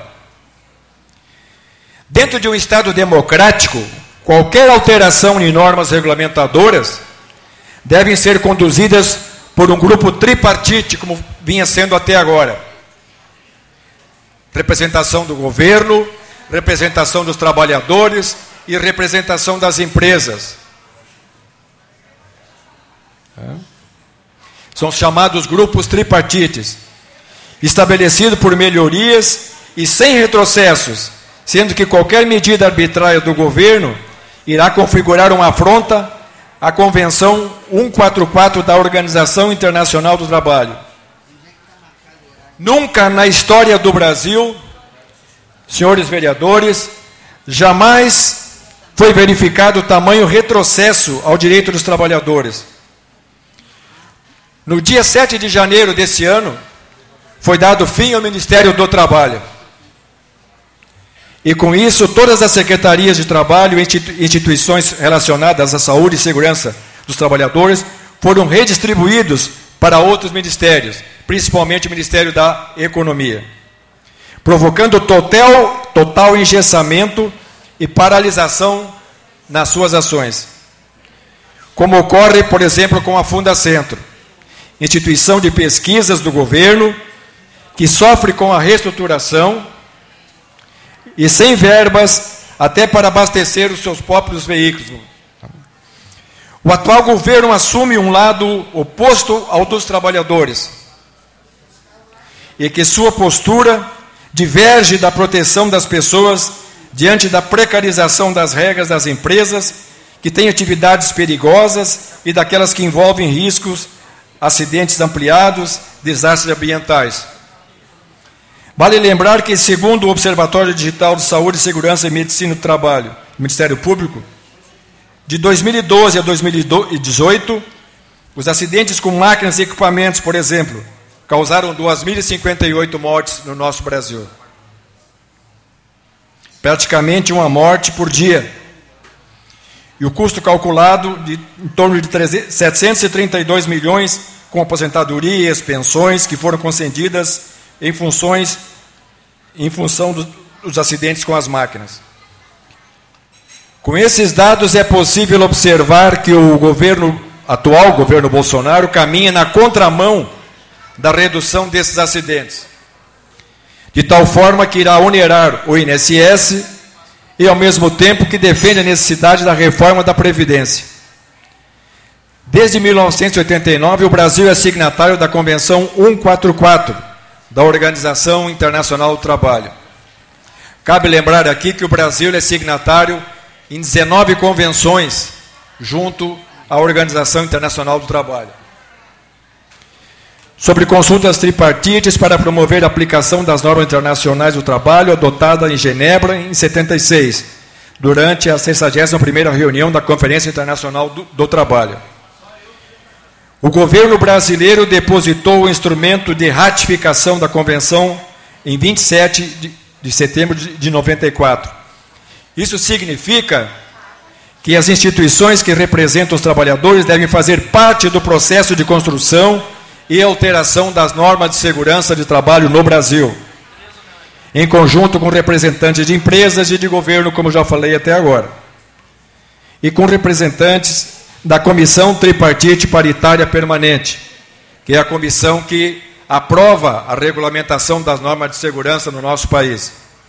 I: Dentro de um Estado democrático, qualquer alteração em normas regulamentadoras devem ser conduzidas por um grupo tripartite, como vinha sendo até agora. Representação do governo, representação dos trabalhadores e representação das empresas. São chamados grupos tripartites, estabelecidos por melhorias e sem retrocessos, sendo que qualquer medida arbitrária do governo irá configurar uma afronta à Convenção cento e quarenta e quatro da Organização Internacional do Trabalho. Nunca na história do Brasil, senhores vereadores, jamais foi verificado tamanho retrocesso ao direito dos trabalhadores. No dia sete de janeiro desse ano, foi dado fim ao Ministério do Trabalho. E com isso, todas as secretarias de trabalho e instituições relacionadas à saúde e segurança dos trabalhadores foram redistribuídos para outros ministérios, principalmente o Ministério da Economia, provocando total, total engessamento e paralisação nas suas ações. Como ocorre, por exemplo, com a Fundacentro, instituição de pesquisas do governo, que sofre com a reestruturação e sem verbas até para abastecer os seus próprios veículos. O atual governo assume um lado oposto ao dos trabalhadores, e que sua postura diverge da proteção das pessoas diante da precarização das regras das empresas que têm atividades perigosas e daquelas que envolvem riscos, acidentes ampliados, desastres ambientais. Vale lembrar que, segundo o Observatório Digital de Saúde, Segurança e Medicina do Trabalho, do Ministério Público, de dois mil e doze a dois mil e dezoito, Os acidentes com máquinas e equipamentos, por exemplo, causaram duas mil e cinquenta e oito mortes no nosso Brasil. Praticamente uma morte por dia. E o custo calculado de em torno de setecentos e trinta e dois milhões com aposentadorias, pensões que foram concedidas em, funções, em função do, dos acidentes com as máquinas. Com esses dados é possível observar que o governo atual, o governo Bolsonaro, caminha na contramão da redução desses acidentes, de tal forma que irá onerar o I N S S e, ao mesmo tempo, que defende a necessidade da reforma da Previdência. Desde mil novecentos e oitenta e nove, o Brasil é signatário da Convenção cento e quarenta e quatro, da Organização Internacional do Trabalho. Cabe lembrar aqui que o Brasil é signatário em dezenove convenções, junto à Organização Internacional do Trabalho. Sobre consultas tripartites para promover a aplicação das normas internacionais do trabalho, adotada em Genebra em setenta e seis, durante a sexagésima primeira reunião da Conferência Internacional do, do Trabalho. O governo brasileiro depositou o instrumento de ratificação da Convenção em vinte e sete de, de setembro de, de noventa e quatro. Isso significa que as instituições que representam os trabalhadores devem fazer parte do processo de construção e alteração das normas de segurança de trabalho no Brasil, em conjunto com representantes de empresas e de governo, como já falei até agora, e com representantes da Comissão Tripartite Paritária Permanente, que é a comissão que aprova a regulamentação das normas de segurança no nosso país.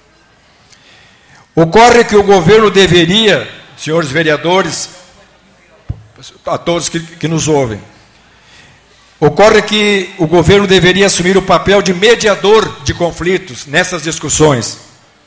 I: Ocorre que o governo deveria, senhores vereadores, a todos que, que nos ouvem, ocorre que o governo deveria assumir o papel de mediador de conflitos nessas discussões,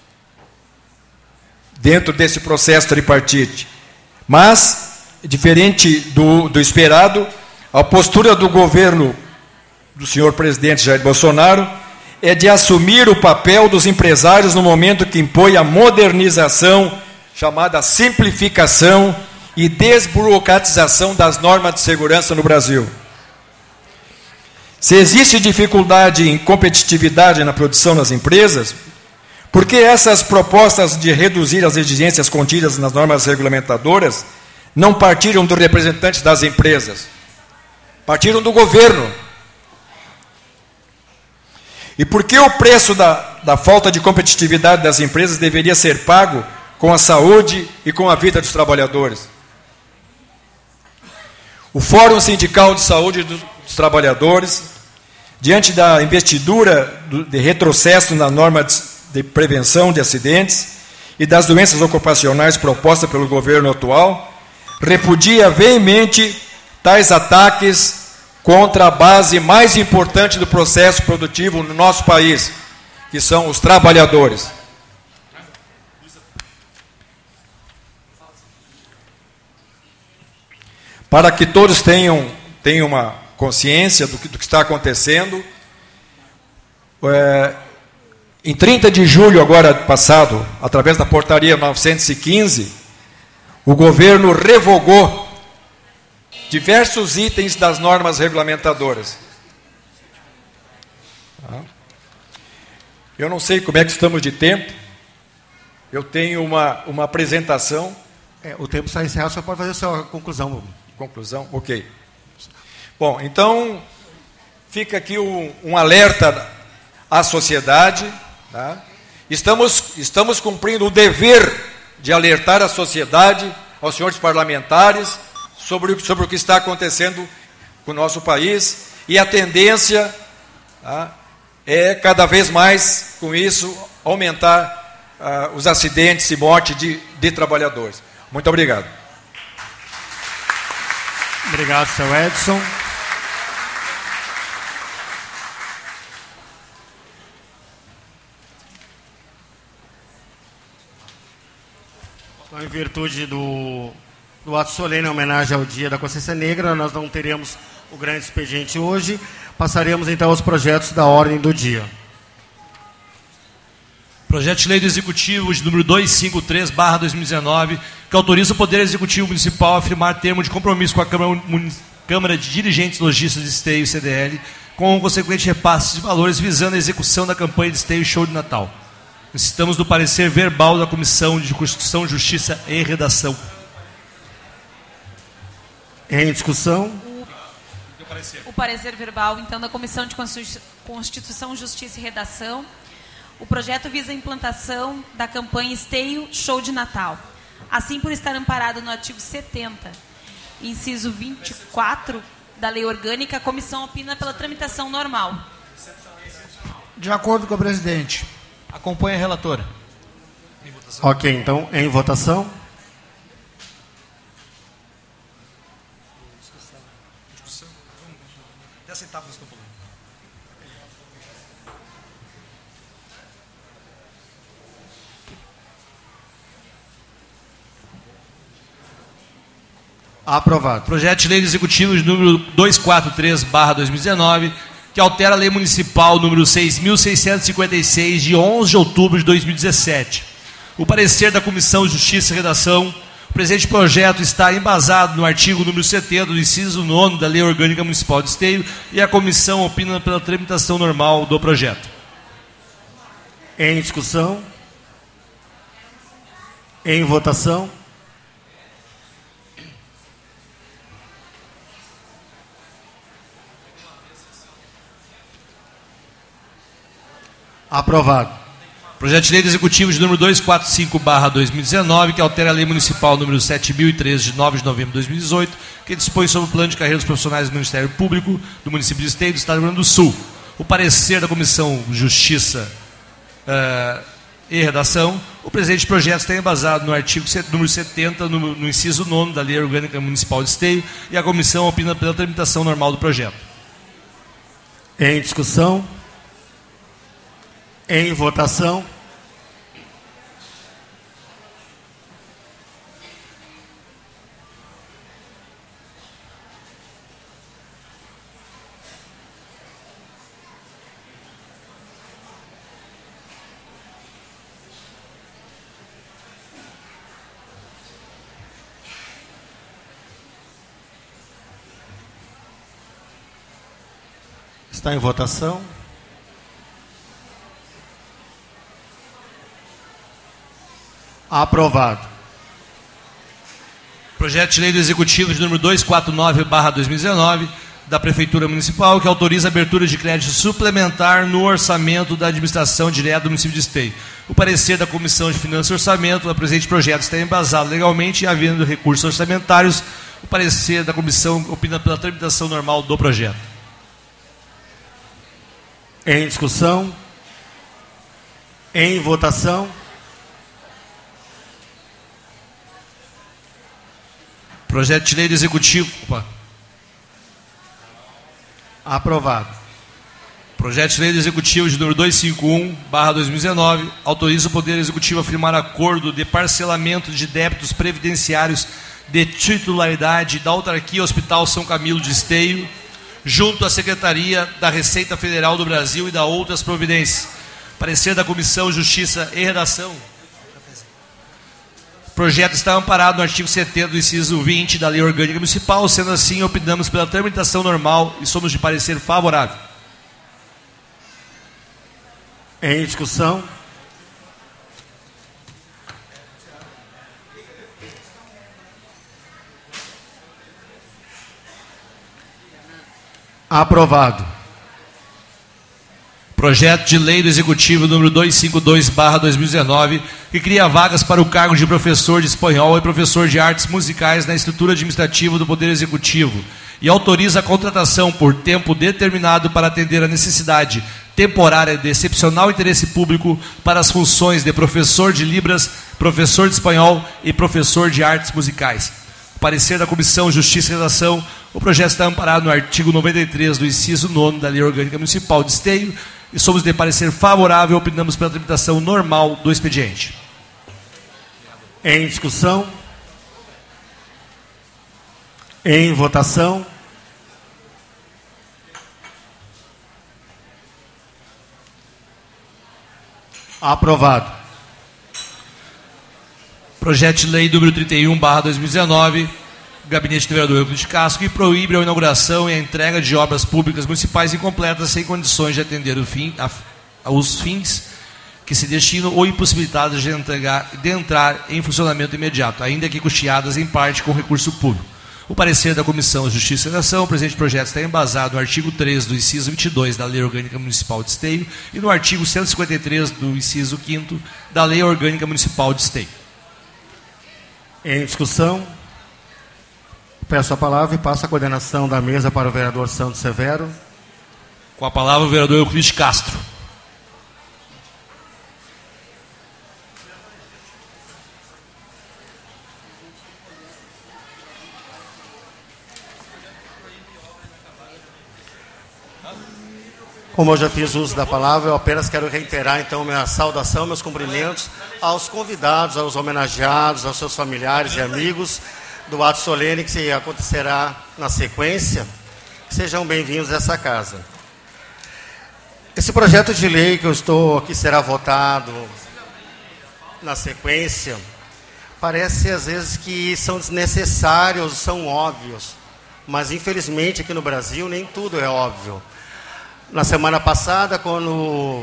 I: dentro desse processo tripartite. Mas, diferente do, do esperado, a postura do governo do senhor presidente Jair Bolsonaro é de assumir o papel dos empresários no momento que impõe a modernização, chamada simplificação e desburocratização das normas de segurança no Brasil. Se existe dificuldade em competitividade na produção das empresas, por que essas propostas de reduzir as exigências contidas nas normas regulamentadoras não partiram dos representantes das empresas? Partiram do governo. E por que o preço da, da falta de competitividade das empresas deveria ser pago com a saúde e com a vida dos trabalhadores? O Fórum Sindical de Saúde dos Trabalhadores, diante da investidura de retrocesso na norma de prevenção de acidentes e das doenças ocupacionais proposta pelo governo atual, repudia veemente tais ataques contra a base mais importante do processo produtivo no nosso país, que são os trabalhadores. Para que todos tenham, tenham uma consciência do que, do que está acontecendo, é, em trinta de julho agora passado, através da portaria novecentos e quinze, o governo revogou diversos itens das normas regulamentadoras. Eu não sei como é que estamos de tempo. Eu tenho uma, uma apresentação.
A: É, o tempo está encerrado, só pode fazer a sua conclusão.
I: Conclusão? Ok. Bom, então, fica aqui um, um alerta à sociedade. Tá? Estamos, estamos cumprindo o dever de alertar a sociedade, aos senhores parlamentares, sobre, sobre o que está acontecendo com o nosso país, e a tendência, tá, é cada vez mais, com isso, aumentar ah, os acidentes e morte de, de trabalhadores. Muito obrigado.
A: Obrigado, seu Edson. Então, em virtude do, do ato solene em homenagem ao Dia da Consciência Negra, nós não teremos o grande expediente hoje. Passaremos então aos projetos da ordem do dia.
F: Projeto de Lei do Executivo de número duzentos e cinquenta e três barra dois mil e dezenove, que autoriza o Poder Executivo Municipal a firmar termo de compromisso com a Câmara Câmara de Dirigentes Lojistas de Esteio, C D L, com o consequente repasse de valores visando a execução da campanha de Esteio Show de Natal. Necessitamos do parecer verbal da Comissão de Constituição, Justiça e Redação.
A: Em discussão.
J: O parecer verbal, então, da Comissão de Constituição, Justiça e Redação. O projeto visa a implantação da campanha Esteio Show de Natal. Assim, por estar amparado no artigo setenta, inciso vinte e quatro da Lei Orgânica, a comissão opina pela tramitação normal.
B: De acordo com o presidente.
C: Acompanha a relatora.
A: Ok, então, em votação. Aprovado.
F: Projeto de Lei Executivo de número duzentos e quarenta e três barra dois mil e dezenove, que altera a Lei Municipal número seis mil seiscentos e cinquenta e seis, de onze de outubro de dois mil e dezessete. O parecer da Comissão de Justiça e Redação. O presente projeto está embasado no artigo número setenta do inciso nono da Lei Orgânica Municipal de Esteio e a comissão opina pela tramitação normal do projeto.
A: Em discussão. Em votação. Aprovado.
F: Projeto de Lei Executivo de número duzentos e quarenta e cinco barra dois mil e dezenove, que altera a Lei Municipal número sete mil e treze, de nove de novembro de dois mil e dezoito, que dispõe sobre o plano de carreira dos profissionais do Ministério Público do município de Esteio do Estado do Rio Grande do Sul. O parecer da Comissão Justiça uh, e Redação. O presente projeto está embasado no artigo número setenta, no, no inciso nono da Lei Orgânica Municipal de Esteio, e a comissão opina pela tramitação normal do projeto.
A: Em discussão. Em votação. Está em votação. Aprovado.
F: Projeto de Lei do Executivo de número duzentos e quarenta e nove barra dois mil e dezenove, da Prefeitura Municipal, que autoriza a abertura de crédito suplementar no orçamento da administração direta do município de Esteio. O parecer da Comissão de Finanças e Orçamento, o presente projeto está embasado legalmente e, havendo recursos orçamentários, o parecer da comissão opina pela tramitação normal do projeto.
A: Em discussão. Em votação.
F: Projeto de Lei do Executivo. Opa.
A: Aprovado.
F: Projeto de Lei do Executivo de número duzentos e cinquenta e um barra dois mil e dezenove autoriza o Poder Executivo a firmar acordo de parcelamento de débitos previdenciários de titularidade da Autarquia Hospital São Camilo de Esteio, junto à Secretaria da Receita Federal do Brasil e da outras providências. Parecer da Comissão Justiça e Redação. O projeto está amparado no artigo setenta do inciso vinte da Lei Orgânica Municipal, sendo assim, opinamos pela tramitação normal e somos de parecer favorável.
A: Em discussão. Aprovado.
F: Projeto de Lei do Executivo número duzentos e cinquenta e dois barra dois mil e dezenove, que cria vagas para o cargo de professor de espanhol e professor de artes musicais na estrutura administrativa do Poder Executivo e autoriza a contratação por tempo determinado para atender a necessidade temporária de excepcional interesse público para as funções de professor de Libras, professor de espanhol e professor de artes musicais. O parecer da Comissão Justiça e Redação. O projeto está amparado no artigo noventa e três do inciso nono da Lei Orgânica Municipal de Esteio e somos de parecer favorável, opinamos pela tramitação normal do expediente.
A: Em discussão. Em votação. Aprovado.
F: Projeto de Lei número trinta e um barra dois mil e dezenove, gabinete do vereador Euclides Castro, que proíbe a inauguração e a entrega de obras públicas municipais incompletas sem condições de atender o fim, a, aos fins que se destinam ou impossibilitadas de, entregar, de entrar em funcionamento imediato, ainda que custeadas em parte com recurso público. O parecer da Comissão de Justiça e Redação, o presente projeto está embasado no artigo três do inciso vinte e dois da Lei Orgânica Municipal de Esteio e no artigo cento e cinquenta e três do inciso quinto da Lei Orgânica Municipal de Esteio.
A: Em discussão, peço a palavra e passo a coordenação da mesa para o vereador Santos Severo.
F: Com a palavra o vereador Euclides Castro.
A: Como eu já fiz uso da palavra, eu apenas quero reiterar, então, minha saudação, meus cumprimentos aos convidados, aos homenageados, aos seus familiares e amigos do ato solene que acontecerá na sequência. Sejam bem-vindos a essa casa. Esse projeto de lei que eu estou, que será votado na sequência, parece às vezes que são desnecessários, são óbvios, mas infelizmente aqui no Brasil nem tudo é óbvio. Na semana passada, quando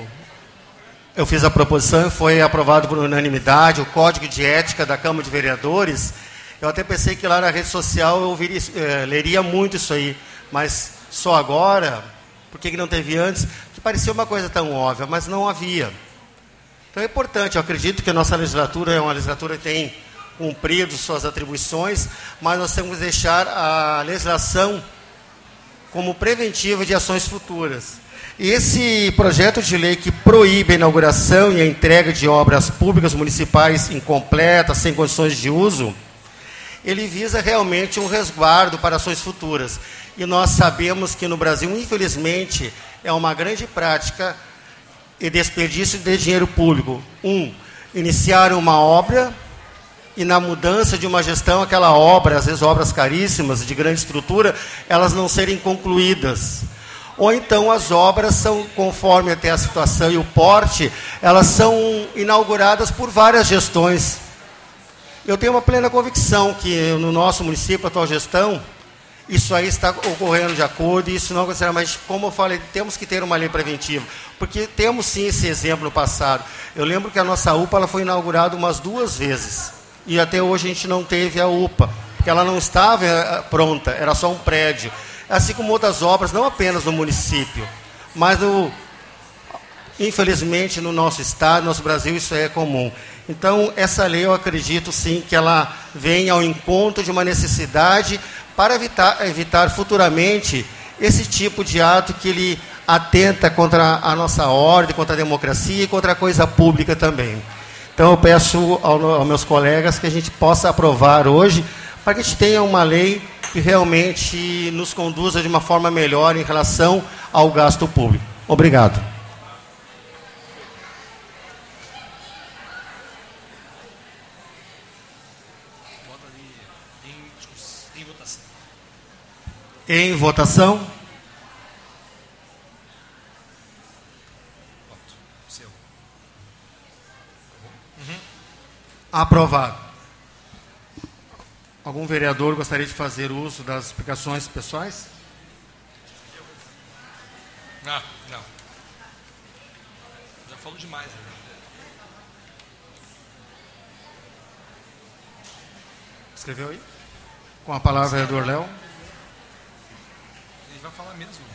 A: eu fiz a proposição e foi aprovado por unanimidade o Código de Ética da Câmara de Vereadores, eu até pensei que lá na rede social eu viria, eh, leria muito isso aí, mas só agora, por que não teve antes, que parecia uma coisa tão óbvia, mas não havia. Então é importante, eu acredito que a nossa legislatura é uma legislatura que tem cumprido suas atribuições, mas nós temos que deixar a legislação como preventiva de ações futuras. E esse projeto de lei que proíbe a inauguração e a entrega de obras públicas municipais incompletas, sem condições de uso, ele visa realmente um resguardo para ações futuras. E nós sabemos que no Brasil, infelizmente, é uma grande prática e desperdício de dinheiro público. Um, iniciar uma obra e na mudança de uma gestão, aquela obra, às vezes obras caríssimas, de grande estrutura, elas não serem concluídas. Ou então as obras são, conforme até a situação e o porte, elas são inauguradas por várias gestões. Eu tenho uma plena convicção que no nosso município, a atual gestão, isso aí está ocorrendo de acordo, e isso não acontecerá, mas como eu falei, temos que ter uma lei preventiva, porque temos sim esse exemplo no passado. Eu lembro que a nossa U P A ela foi inaugurada umas duas vezes. E até hoje a gente não teve a U P A, porque ela não estava pronta, era só um prédio. Assim como outras obras, não apenas no município, mas, no, infelizmente, no nosso estado, no nosso Brasil, isso é comum. Então, essa lei, eu acredito, sim, que ela vem ao encontro de uma necessidade para evitar, evitar futuramente esse tipo de ato que ele atenta contra a nossa ordem, contra a democracia e contra a coisa pública também. Então, eu peço aos meus colegas que a gente possa aprovar hoje, para que a gente tenha uma lei que realmente nos conduza de uma forma melhor em relação ao gasto público. Obrigado. Em votação. Aprovado. Algum vereador gostaria de fazer uso das explicações pessoais?
F: Não, não. Já falou demais. Né?
A: Escreveu aí? Com a palavra, vereador Léo.
F: Ele vai falar mesmo.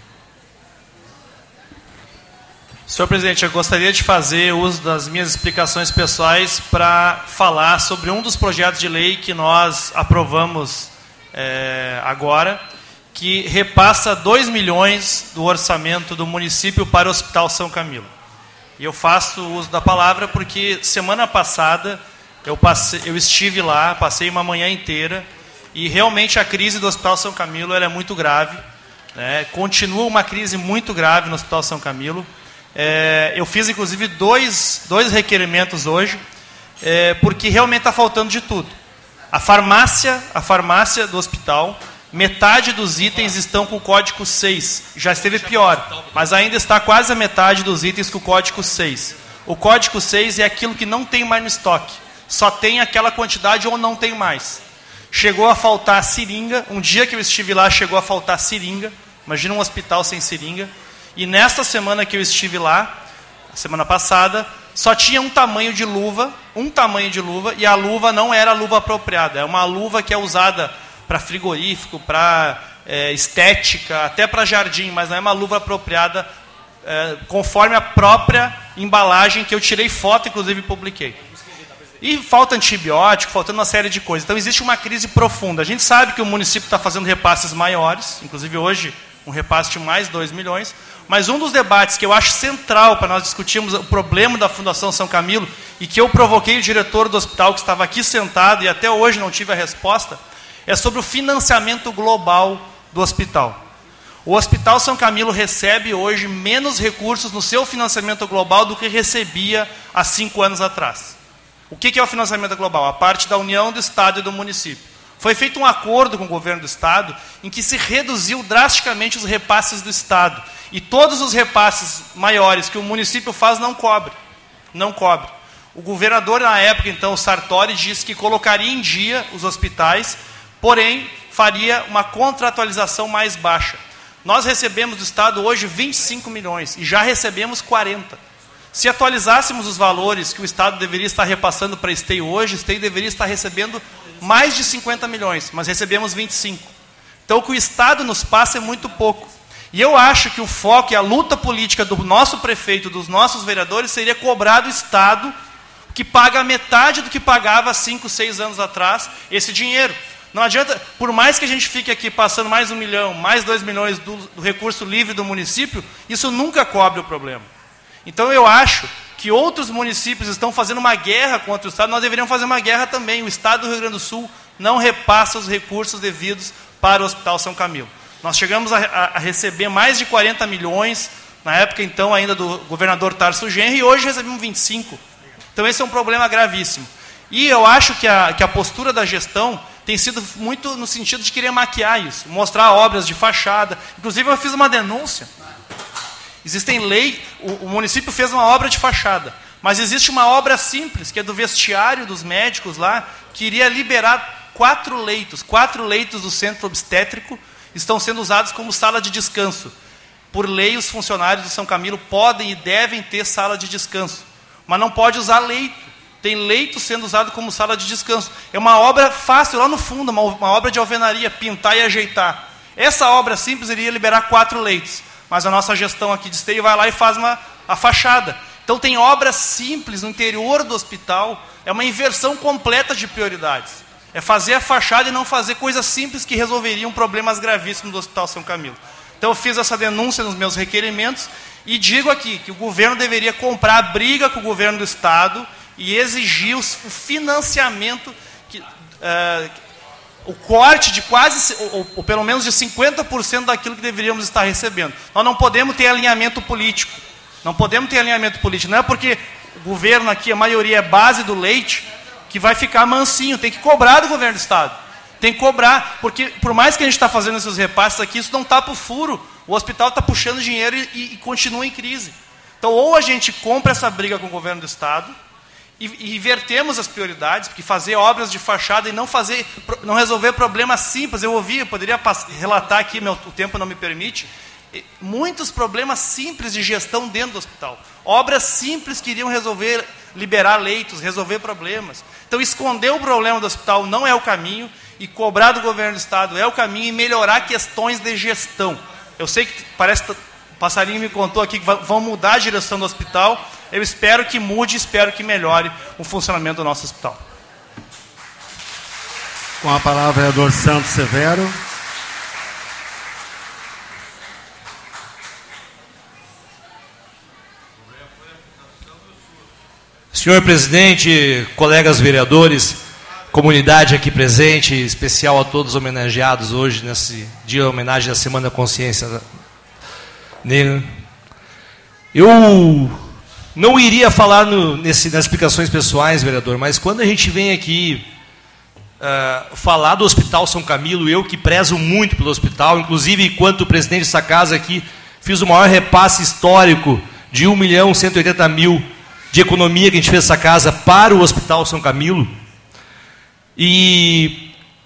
G: Senhor presidente, eu gostaria de fazer uso das minhas explicações pessoais para falar sobre um dos projetos de lei que nós aprovamos é, agora, que repassa dois milhões do orçamento do município para o Hospital São Camilo. E eu faço uso da palavra porque semana passada eu, passei, eu estive lá, passei uma manhã inteira, e realmente a crise do Hospital São Camilo ela é muito grave, né? Continua uma crise muito grave no Hospital São Camilo. É, eu fiz, inclusive, dois, dois requerimentos hoje, é, porque realmente está faltando de tudo. A farmácia, a farmácia do hospital, metade dos itens estão com o código seis. Já esteve pior, mas ainda está quase a metade dos itens com o código seis. O código seis é aquilo que não tem mais no estoque. Só tem aquela quantidade ou não tem mais. chegou a faltar seringa. Um dia que eu estive lá, chegou a faltar seringa. Imagina um hospital sem seringa. E nesta semana que eu estive lá, a semana passada, só tinha um tamanho de luva, um tamanho de luva, e a luva não era a luva apropriada. É uma luva que é usada para frigorífico, para é, estética, até para jardim, mas não é uma luva apropriada é, conforme a própria embalagem, que eu tirei foto, inclusive, e publiquei. E falta antibiótico, faltando uma série de coisas. Então existe uma crise profunda. A gente sabe que o município está fazendo repasses maiores, inclusive hoje um repasse de mais dois milhões, mas um dos debates que eu acho central para nós discutirmos o problema da Fundação São Camilo, e que eu provoquei o diretor do hospital, que estava aqui sentado, e até hoje não tive a resposta, é sobre o financiamento global do hospital. O Hospital São Camilo recebe hoje menos recursos no seu financiamento global do que recebia há cinco anos atrás. O que é o financiamento global? A parte da União, do Estado e do município. Foi feito um acordo com o governo do Estado em que se reduziu drasticamente os repasses do Estado. E todos os repasses maiores que o município faz não cobre. Não cobre. O governador, na época, então, o Sartori, disse que colocaria em dia os hospitais, porém, faria uma contratualização mais baixa. Nós recebemos do Estado hoje vinte e cinco milhões e já recebemos quarenta. Se atualizássemos os valores que o Estado deveria estar repassando para a Esteio hoje, a Esteio deveria estar recebendo mais de cinquenta milhões, mas recebemos vinte e cinco. Então, o que o Estado nos passa é muito pouco. E eu acho que o foco e a luta política do nosso prefeito, dos nossos vereadores, seria cobrar do Estado, que paga metade do que pagava há cinco, seis anos atrás, esse dinheiro. Não adianta, por mais que a gente fique aqui passando mais um milhão, mais dois milhões do, do recurso livre do município, isso nunca cobre o problema. Então, eu acho que outros municípios estão fazendo uma guerra contra o Estado, nós deveríamos fazer uma guerra também. O Estado do Rio Grande do Sul não repassa os recursos devidos para o Hospital São Camilo. Nós chegamos a, a, a receber mais de quarenta milhões, na época, então, ainda do governador Tarso Genro, e hoje recebemos vinte e cinco. Então, esse é um problema gravíssimo. E eu acho que a, que a postura da gestão tem sido muito no sentido de querer maquiar isso, mostrar obras de fachada. Inclusive, eu fiz uma denúncia. Existem leis, o, o município fez uma obra de fachada, mas existe uma obra simples, que é do vestiário dos médicos lá, que iria liberar quatro leitos. Quatro leitos do centro obstétrico estão sendo usados como sala de descanso. Por lei, os funcionários do São Camilo podem e devem ter sala de descanso, mas não pode usar leito. Tem leito sendo usado como sala de descanso. É uma obra fácil, lá no fundo, uma, uma obra de alvenaria, pintar e ajeitar. Essa obra simples iria liberar quatro leitos. Mas a nossa gestão aqui de Esteio vai lá e faz uma, a fachada. Então, tem obras simples no interior do hospital, é uma inversão completa de prioridades. É fazer a fachada e não fazer coisas simples que resolveriam problemas gravíssimos do Hospital São Camilo. Então, eu fiz essa denúncia nos meus requerimentos e digo aqui que o governo deveria comprar a briga com o governo do Estado e exigir o financiamento, que, uh, o corte de quase, ou, ou pelo menos de cinquenta por cento daquilo que deveríamos estar recebendo. Nós não podemos ter alinhamento político. Não podemos ter alinhamento político. Não é porque o governo aqui, a maioria é base do leite, que vai ficar mansinho. Tem que cobrar do governo do Estado. Tem que cobrar, porque por mais que a gente está fazendo esses repasses aqui, isso não tapa o furo. O hospital está puxando dinheiro e, e, e continua em crise. Então, ou a gente compra essa briga com o governo do Estado, E, e invertemos as prioridades, porque fazer obras de fachada e não fazer, não resolver problemas simples. Eu ouvi, eu poderia relatar aqui, meu, o tempo não me permite, muitos problemas simples de gestão dentro do hospital. Obras simples que iriam resolver, liberar leitos, resolver problemas. Então, esconder o problema do hospital não é o caminho, e cobrar do governo do Estado é o caminho, e melhorar questões de gestão. Eu sei que parece que o passarinho me contou aqui que vão mudar a direção do hospital. Eu espero que mude, espero que melhore o funcionamento do nosso hospital.
A: Com a palavra, o vereador Santos Severo.
F: Senhor presidente, colegas vereadores, comunidade aqui presente, especial a todos homenageados hoje, nesse dia de homenagem à Semana da Consciência Negra. Eu não iria falar no, nesse, nas explicações pessoais, vereador, mas quando a gente vem aqui uh, falar do Hospital São Camilo, eu que prezo muito pelo hospital, inclusive enquanto presidente dessa casa aqui, fiz o maior repasse histórico de um milhão cento e oitenta mil de economia que a gente fez essa casa para o Hospital São Camilo. E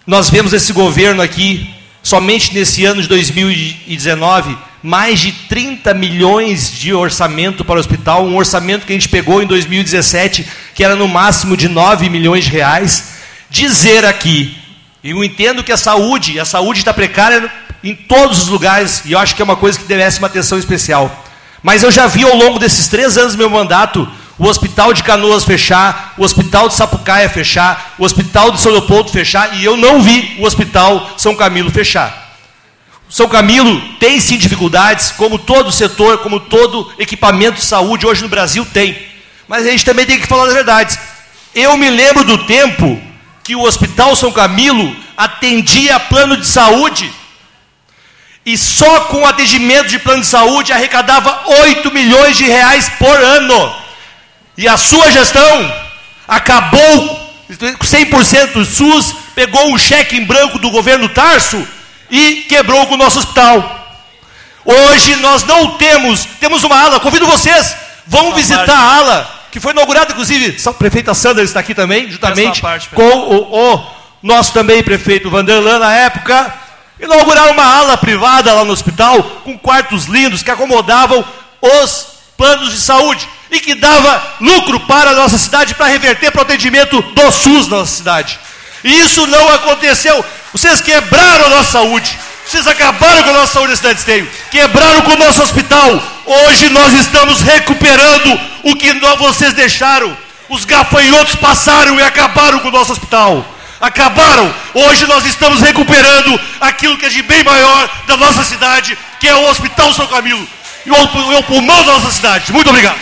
F: nós vemos esse governo aqui, somente nesse ano de dois mil e dezenove, mais de trinta milhões de orçamento para o hospital, um orçamento que a gente pegou em dois mil e dezessete, que era no máximo de nove milhões de reais. Dizer aqui, eu entendo que a saúde, a saúde está precária em todos os lugares, e eu acho que é uma coisa que merece uma atenção especial. Mas eu já vi ao longo desses três anos do meu mandato, o Hospital de Canoas fechar, o Hospital de Sapucaia fechar, o Hospital de São Leopoldo fechar, e eu não vi o Hospital São Camilo fechar. O São Camilo tem sim dificuldades, como todo setor, como todo equipamento de saúde hoje no Brasil tem. Mas a gente também tem que falar a verdade. Eu me lembro do tempo que o Hospital São Camilo atendia plano de saúde, e só com o atendimento de plano de saúde arrecadava oito milhões de reais por ano. E a sua gestão acabou cem por cento do SUS, pegou um cheque em branco do governo Tarso e quebrou com o nosso hospital. Hoje nós não temos, temos uma ala, convido vocês, vão visitar a ala, que foi inaugurada, inclusive, a prefeita Sandra está aqui também, juntamente parte, com o, o nosso também prefeito Vanderlan, na época. Inauguraram uma ala privada lá no hospital, com quartos lindos, que acomodavam os planos de saúde, e que dava lucro para a nossa cidade, para reverter para o atendimento do SUS na nossa cidade. E isso não aconteceu. Vocês quebraram a nossa saúde. Vocês acabaram com a nossa saúde na cidade de Esteio. Quebraram com o nosso hospital. Hoje nós estamos recuperando o que vocês deixaram. Os gafanhotos passaram e acabaram com o nosso hospital. Acabaram. Hoje nós estamos recuperando aquilo que é de bem maior da nossa cidade, que é o Hospital São Camilo. E o, o pulmão da nossa cidade. Muito obrigado.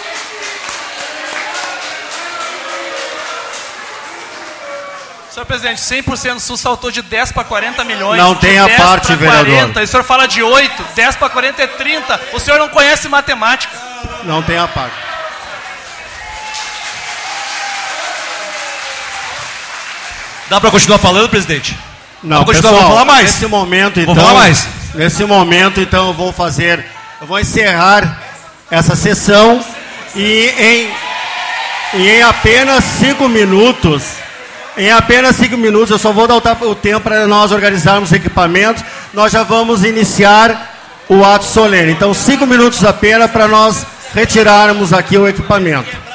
G: Senhor presidente, cem por cento do SUS saltou de dez para quarenta milhões.
A: Não tem a parte, vereador.
G: quarenta, e o senhor fala de oito, dez para quarenta é trinta. O senhor não conhece matemática.
A: Não tem a parte.
F: Dá para continuar falando, presidente?
A: Não,
F: pessoal,
A: vou
F: falar mais.
A: Nesse momento, então,
F: vou falar mais.
A: Nesse momento, então, eu vou fazer, eu vou encerrar essa sessão e em, e em apenas cinco minutos, em apenas cinco minutos, eu só vou dar o tempo para nós organizarmos equipamentos, nós já vamos iniciar o ato solene. Então, cinco minutos apenas para nós retirarmos aqui o equipamento.